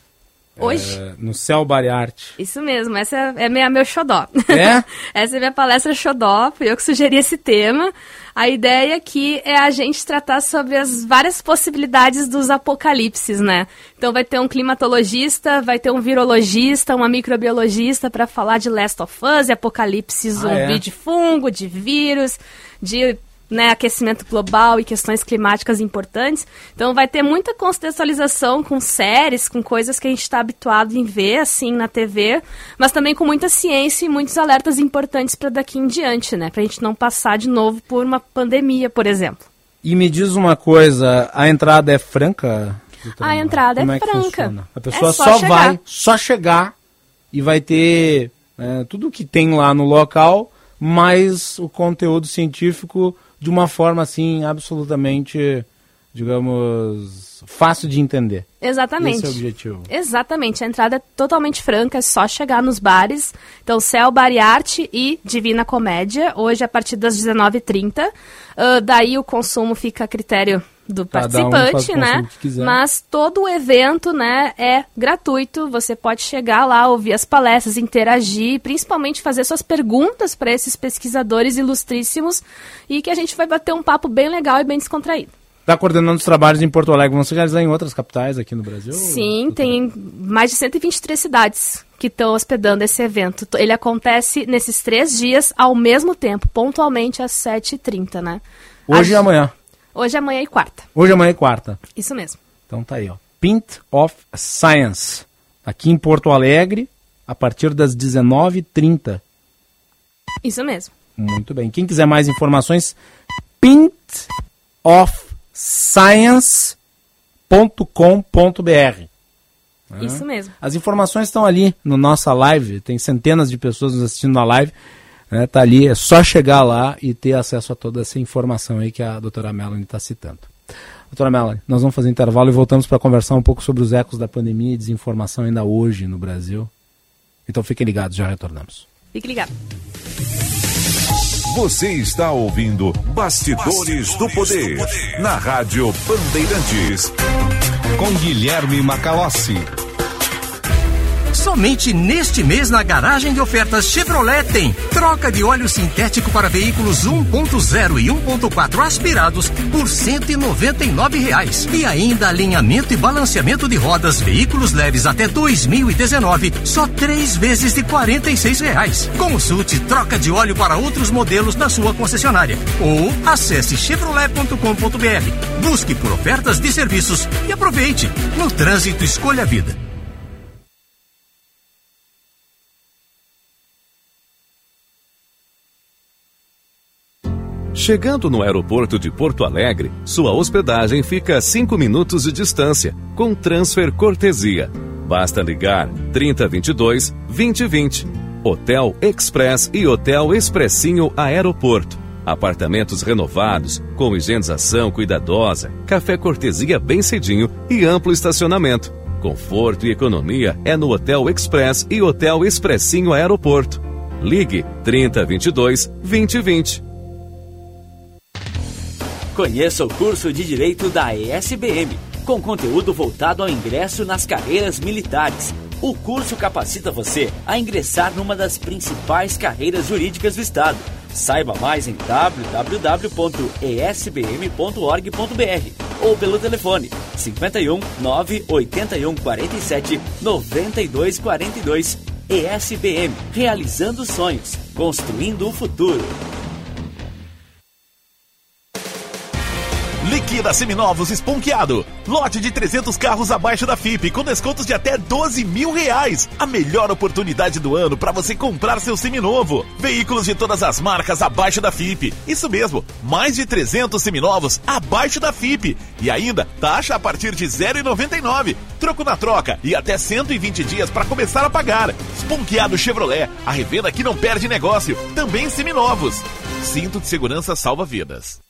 Hoje? No Céu Bariarte. Isso mesmo, essa é meu xodó. É? Essa é minha palestra xodó, fui eu que sugeri esse tema. A ideia aqui é a gente tratar sobre as várias possibilidades dos apocalipses, né? Então vai ter um climatologista, vai ter um virologista, uma microbiologista para falar de Last of Us, apocalipse zumbi de fungo, de vírus, de... né, aquecimento global e questões climáticas importantes. Então vai ter muita contextualização com séries, com coisas que a gente está habituado em ver, assim, na TV, mas também com muita ciência e muitos alertas importantes para daqui em diante, né, para a gente não passar de novo por uma pandemia, por exemplo. E me diz uma coisa, a entrada é franca? A entrada é franca. Funciona? A pessoa só chegar e vai ter tudo que tem lá no local, mais o conteúdo científico de uma forma, assim, absolutamente, digamos, fácil de entender. Exatamente. Esse é o objetivo. Exatamente. A entrada é totalmente franca, é só chegar nos bares. Então, Céu Bariarte e Divina Comédia, hoje a partir das 19h30. Daí o consumo fica a critério do participante, né? Mas todo o evento, né, é gratuito. Você pode chegar lá, ouvir as palestras, interagir, principalmente fazer suas perguntas para esses pesquisadores ilustríssimos, e que a gente vai bater um papo bem legal e bem descontraído. Está coordenando os trabalhos em Porto Alegre. Vão se realizar em outras capitais aqui no Brasil? Sim, tem mais de 123 cidades que estão hospedando esse evento. Ele acontece nesses 3 dias ao mesmo tempo, pontualmente às 7h30, né? Hoje e amanhã. Hoje, amanhã e quarta. Hoje, amanhã e quarta. Isso mesmo. Então tá aí, ó. Pint of Science. Aqui em Porto Alegre, a partir das 19h30. Isso mesmo. Muito bem. Quem quiser mais informações, pintoffscience.com.br. Isso mesmo. As informações estão ali no nossa live. Tem centenas de pessoas nos assistindo na live. Tá ali, é só chegar lá e ter acesso a toda essa informação aí que a doutora Melanie está citando. Doutora Melanie, nós vamos fazer intervalo e voltamos para conversar um pouco sobre os ecos da pandemia e desinformação ainda hoje no Brasil. Então fiquem ligados, já retornamos. Fique ligado. Você está ouvindo Bastidores do Poder, na Rádio Bandeirantes. Com Guilherme Macalossi. Somente neste mês na garagem de ofertas Chevrolet tem troca de óleo sintético para veículos 1.0 e 1.4 aspirados por R$ 199. E ainda alinhamento e balanceamento de rodas, veículos leves até 2019, só 3 vezes de R$ 46. Consulte troca de óleo para outros modelos na sua concessionária. Ou acesse chevrolet.com.br. Busque por ofertas de serviços e aproveite. No trânsito, escolha a vida. Chegando no aeroporto de Porto Alegre, sua hospedagem fica a 5 minutos de distância, com transfer cortesia. Basta ligar 3022-2020. Hotel Express e Hotel Expressinho Aeroporto. Apartamentos renovados, com higienização cuidadosa, café cortesia bem cedinho e amplo estacionamento. Conforto e economia é no Hotel Express e Hotel Expressinho Aeroporto. Ligue 3022-2020. Conheça o curso de Direito da ESBM, com conteúdo voltado ao ingresso nas carreiras militares. O curso capacita você a ingressar numa das principais carreiras jurídicas do Estado, Saiba mais em www.esbm.org.br ou pelo telefone 51 981 47 92 42. ESBM, realizando sonhos, construindo o futuro. Liquida Seminovos Esponqueado. Lote de 300 carros abaixo da FIP, com descontos de até R$12 mil. A melhor oportunidade do ano para você comprar seu seminovo. Veículos de todas as marcas abaixo da FIP. Isso mesmo, mais de 300 seminovos abaixo da FIP. E ainda, taxa a partir de R$ 0,99. Troco na troca e até 120 dias para começar a pagar. Esponqueado Chevrolet, a revenda que não perde negócio. Também seminovos. Cinto de segurança salva vidas.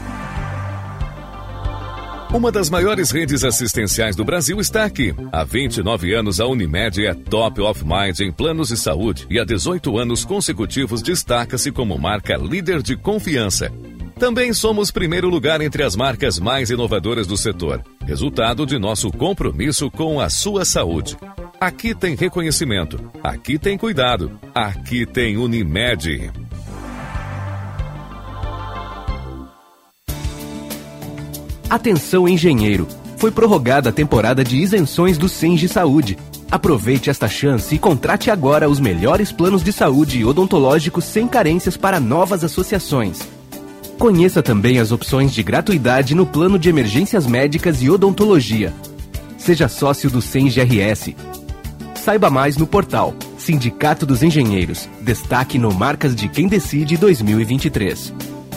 Uma das maiores redes assistenciais do Brasil está aqui. Há 29 anos, a Unimed é top of mind em planos de saúde e há 18 anos consecutivos destaca-se como marca líder de confiança. Também somos primeiro lugar entre as marcas mais inovadoras do setor, resultado de nosso compromisso com a sua saúde. Aqui tem reconhecimento, aqui tem cuidado, aqui tem Unimed. Atenção, engenheiro! Foi prorrogada a temporada de isenções do Senge Saúde. Aproveite esta chance e contrate agora os melhores planos de saúde e odontológicos sem carências para novas associações. Conheça também as opções de gratuidade no plano de emergências médicas e odontologia. Seja sócio do Senge RS. Saiba mais no portal Sindicato dos Engenheiros. Destaque no Marcas de Quem Decide 2023.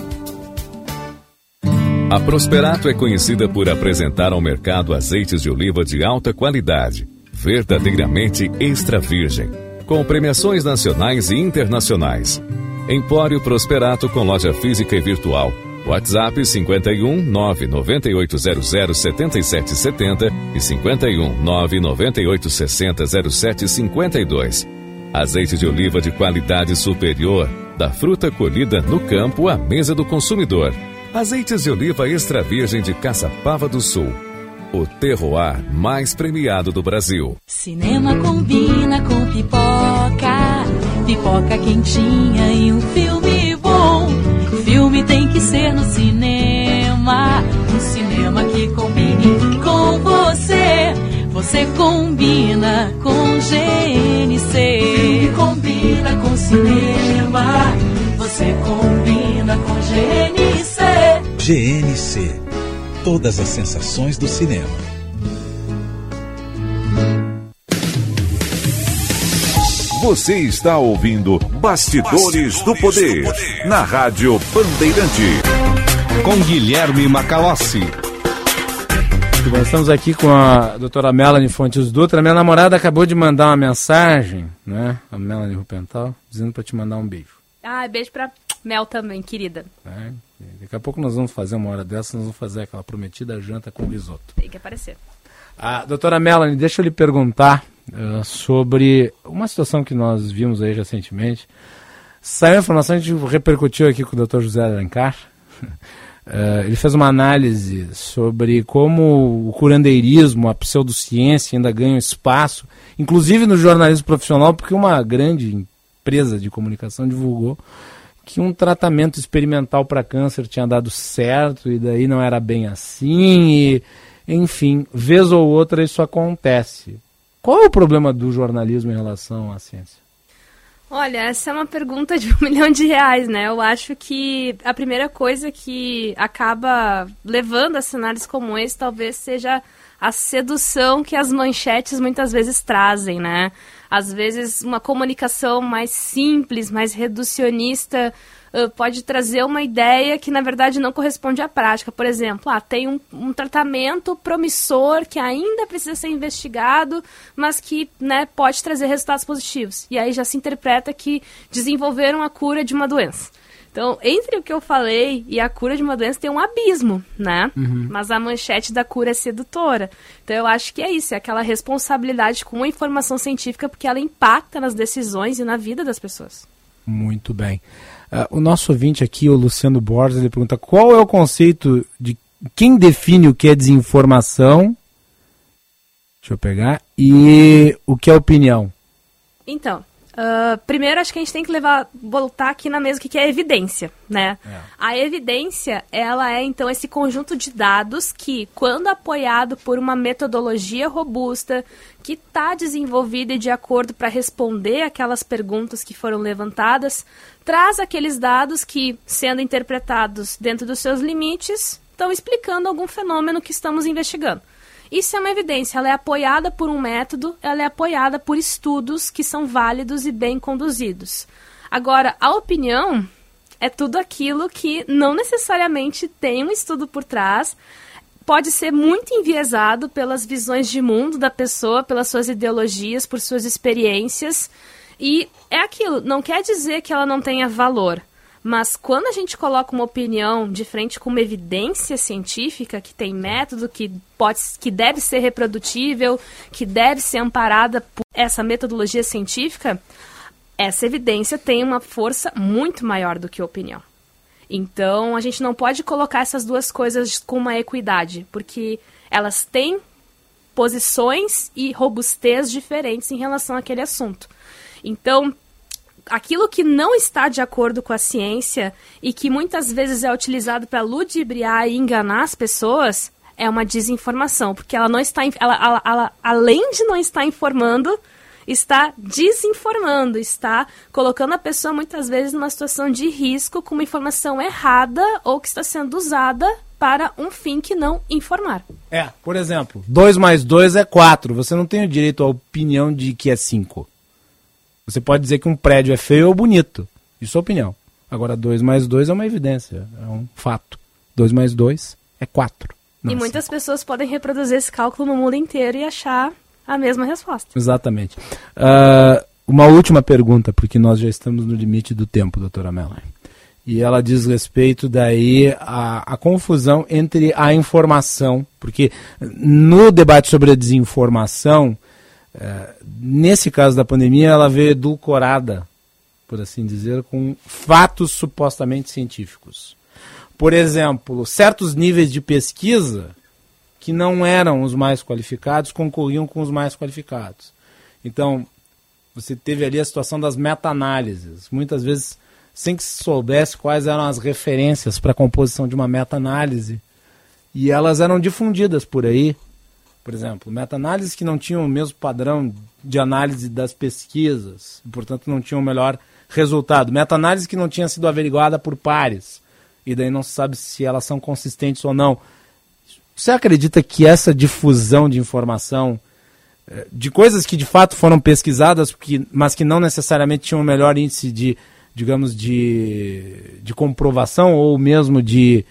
A Prosperato é conhecida por apresentar ao mercado azeites de oliva de alta qualidade, verdadeiramente extra virgem, com premiações nacionais e internacionais. Empório Prosperato com loja física e virtual. WhatsApp 51 99800 7770 e 51 99860 0752. Azeite de oliva de qualidade superior, da fruta colhida no campo à mesa do consumidor. Azeites de oliva extra virgem de Caçapava do Sul. O terroir mais premiado do Brasil. Cinema combina com pipoca, pipoca quentinha e um filme bom. Filme tem que ser no cinema, um cinema que combine com você. Você combina com GNC. Filme combina com cinema, você combina com GNC. GNC. Todas as sensações do cinema. Você está ouvindo Bastidores do Poder, na Rádio Bandeirante. Com Guilherme Macalossi. Nós estamos aqui com a doutora Melanie Fontes Dutra. Minha namorada acabou de mandar uma mensagem, né? A Melanie Rupental, dizendo para te mandar um beijo. Ah, beijo pra Mel também, querida. Daqui a pouco nós vamos fazer uma hora dessa, nós vamos fazer aquela prometida janta com risoto. Tem que aparecer. Doutora Melanie, deixa eu lhe perguntar sobre uma situação que nós vimos aí recentemente. Saiu a informação, a gente repercutiu aqui com o Dr. José Alencar. Ele fez uma análise sobre como o curandeirismo, a pseudociência ainda ganham espaço, inclusive no jornalismo profissional, porque uma grande empresa de comunicação divulgou que um tratamento experimental para câncer tinha dado certo e daí não era bem assim e, enfim, vez ou outra isso acontece. Qual é o problema do jornalismo em relação à ciência? Olha, essa é uma pergunta de R$1 milhão, né? Eu acho que a primeira coisa que acaba levando a cenários como esse talvez seja a sedução que as manchetes muitas vezes trazem, né? Às vezes uma comunicação mais simples, mais reducionista, pode trazer uma ideia que na verdade não corresponde à prática. Por exemplo, tem um tratamento promissor que ainda precisa ser investigado, mas que, né, pode trazer resultados positivos. E aí já se interpreta que desenvolveram a cura de uma doença. Então, entre o que eu falei e a cura de uma doença tem um abismo, né? Uhum. Mas a manchete da cura é sedutora. Então, eu acho que é isso, é aquela responsabilidade com a informação científica, porque ela impacta nas decisões e na vida das pessoas. Muito bem. O nosso ouvinte aqui, o Luciano Borges, ele pergunta qual é o conceito de quem define o que é desinformação, deixa eu pegar, e o que é opinião? Então, Primeiro, acho que a gente tem que voltar aqui na mesa o que é evidência, né? A evidência, ela é, então, esse conjunto de dados que, quando apoiado por uma metodologia robusta, que está desenvolvida e de acordo para responder aquelas perguntas que foram levantadas, traz aqueles dados que, sendo interpretados dentro dos seus limites, estão explicando algum fenômeno que estamos investigando. Isso é uma evidência, ela é apoiada por um método, ela é apoiada por estudos que são válidos e bem conduzidos. Agora, a opinião é tudo aquilo que não necessariamente tem um estudo por trás, pode ser muito enviesado pelas visões de mundo da pessoa, pelas suas ideologias, por suas experiências, e é aquilo, não quer dizer que ela não tenha valor. Mas quando a gente coloca uma opinião de frente com uma evidência científica, que tem método, que deve ser reprodutível, que deve ser amparada por essa metodologia científica, essa evidência tem uma força muito maior do que a opinião. Então, a gente não pode colocar essas duas coisas com uma equidade, porque elas têm posições e robustez diferentes em relação àquele assunto. Então, aquilo que não está de acordo com a ciência e que muitas vezes é utilizado para ludibriar e enganar as pessoas é uma desinformação, porque ela não está, ela, além de não estar informando, está desinformando, está colocando a pessoa muitas vezes numa situação de risco com uma informação errada ou que está sendo usada para um fim que não informar. Por exemplo, 2 mais 2 é 4, você não tem o direito à opinião de que é 5. Você pode dizer que um prédio é feio ou bonito. Isso é opinião. Agora, 2 mais 2 é uma evidência, é um fato. 2 mais 2 é 4. E muitas pessoas podem reproduzir esse cálculo no mundo inteiro e achar a mesma resposta. Exatamente. Uma última pergunta, porque nós já estamos no limite do tempo, doutora Melanie. E ela diz respeito daí à confusão entre a informação, porque no debate sobre a desinformação, nesse caso da pandemia, ela veio edulcorada, por assim dizer, com fatos supostamente científicos. Por exemplo, certos níveis de pesquisa que não eram os mais qualificados concorriam com os mais qualificados. Então, você teve ali a situação das meta-análises, muitas vezes sem que se soubesse quais eram as referências para a composição de uma meta-análise, e elas eram difundidas por aí. Por exemplo, meta-análises que não tinham o mesmo padrão de análise das pesquisas, e, portanto, não tinham o melhor resultado. Meta-análise que não tinha sido averiguada por pares, e daí não se sabe se elas são consistentes ou não. Você acredita que essa difusão de informação, de coisas que de fato foram pesquisadas, mas que não necessariamente tinham o melhor índice de, digamos, de comprovação, ou mesmo de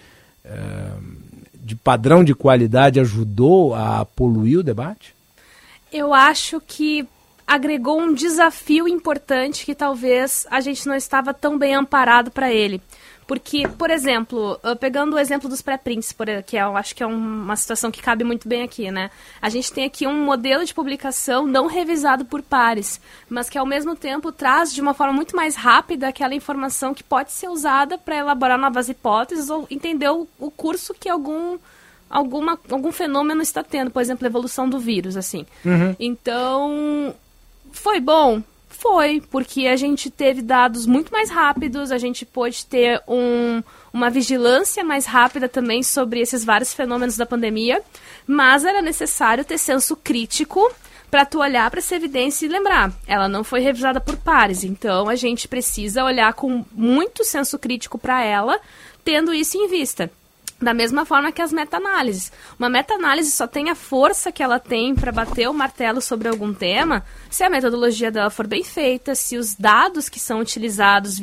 padrão de qualidade, ajudou a poluir o debate? Eu acho que agregou um desafio importante que talvez a gente não estava tão bem amparado para ele. Porque, por exemplo, pegando o exemplo dos pré-prints, que eu acho que é uma situação que cabe muito bem aqui, né? A gente tem aqui um modelo de publicação não revisado por pares, mas que ao mesmo tempo traz de uma forma muito mais rápida aquela informação que pode ser usada para elaborar novas hipóteses ou entender o curso que algum fenômeno está tendo, por exemplo, a evolução do vírus, assim. Uhum. Então, foi bom? Foi, porque a gente teve dados muito mais rápidos, a gente pôde ter uma vigilância mais rápida também sobre esses vários fenômenos da pandemia, mas era necessário ter senso crítico para tu olhar para essa evidência e lembrar, ela não foi revisada por pares, então a gente precisa olhar com muito senso crítico para ela, tendo isso em vista. Da mesma forma que as meta-análises. Uma meta-análise só tem a força que ela tem para bater o martelo sobre algum tema se a metodologia dela for bem feita, se os dados que são utilizados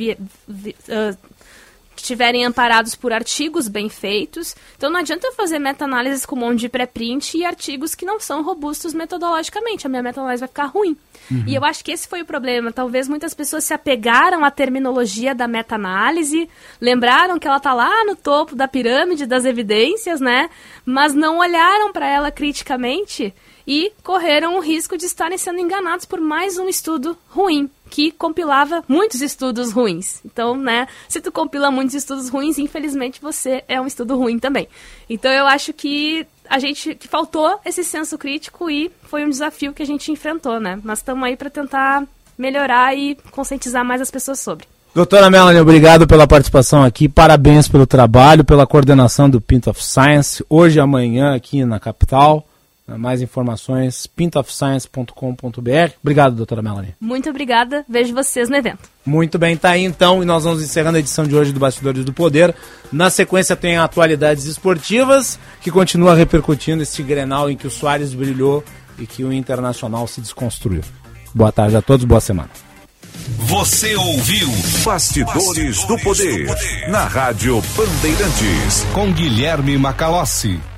estiverem amparados por artigos bem feitos. Então não adianta eu fazer meta-análises com um monte de pré-print e artigos que não são robustos metodologicamente. A minha meta-análise vai ficar ruim. Uhum. E eu acho que esse foi o problema. Talvez muitas pessoas se apegaram à terminologia da meta-análise, lembraram que ela está lá no topo da pirâmide das evidências, né? Mas não olharam para ela criticamente e correram o risco de estarem sendo enganados por mais um estudo ruim, que compilava muitos estudos ruins. Então, né, se tu compila muitos estudos ruins, infelizmente você é um estudo ruim também. Então eu acho que que faltou esse senso crítico e foi um desafio que a gente enfrentou, né? Mas estamos aí para tentar melhorar e conscientizar mais as pessoas sobre. Doutora Melanie, obrigado pela participação aqui, parabéns pelo trabalho, pela coordenação do Pint of Science, hoje e amanhã aqui na capital. Mais informações, pintofscience.com.br. Obrigado, doutora Melanie. Muito obrigada, vejo vocês no evento. Muito bem, tá aí então, e nós vamos encerrando a edição de hoje do Bastidores do Poder. Na sequência tem atualidades esportivas, que continua repercutindo esse Grenal em que o Soares brilhou e que o Internacional se desconstruiu. Boa tarde a todos, boa semana. Você ouviu Bastidores do Poder, na Rádio Bandeirantes, com Guilherme Macalossi.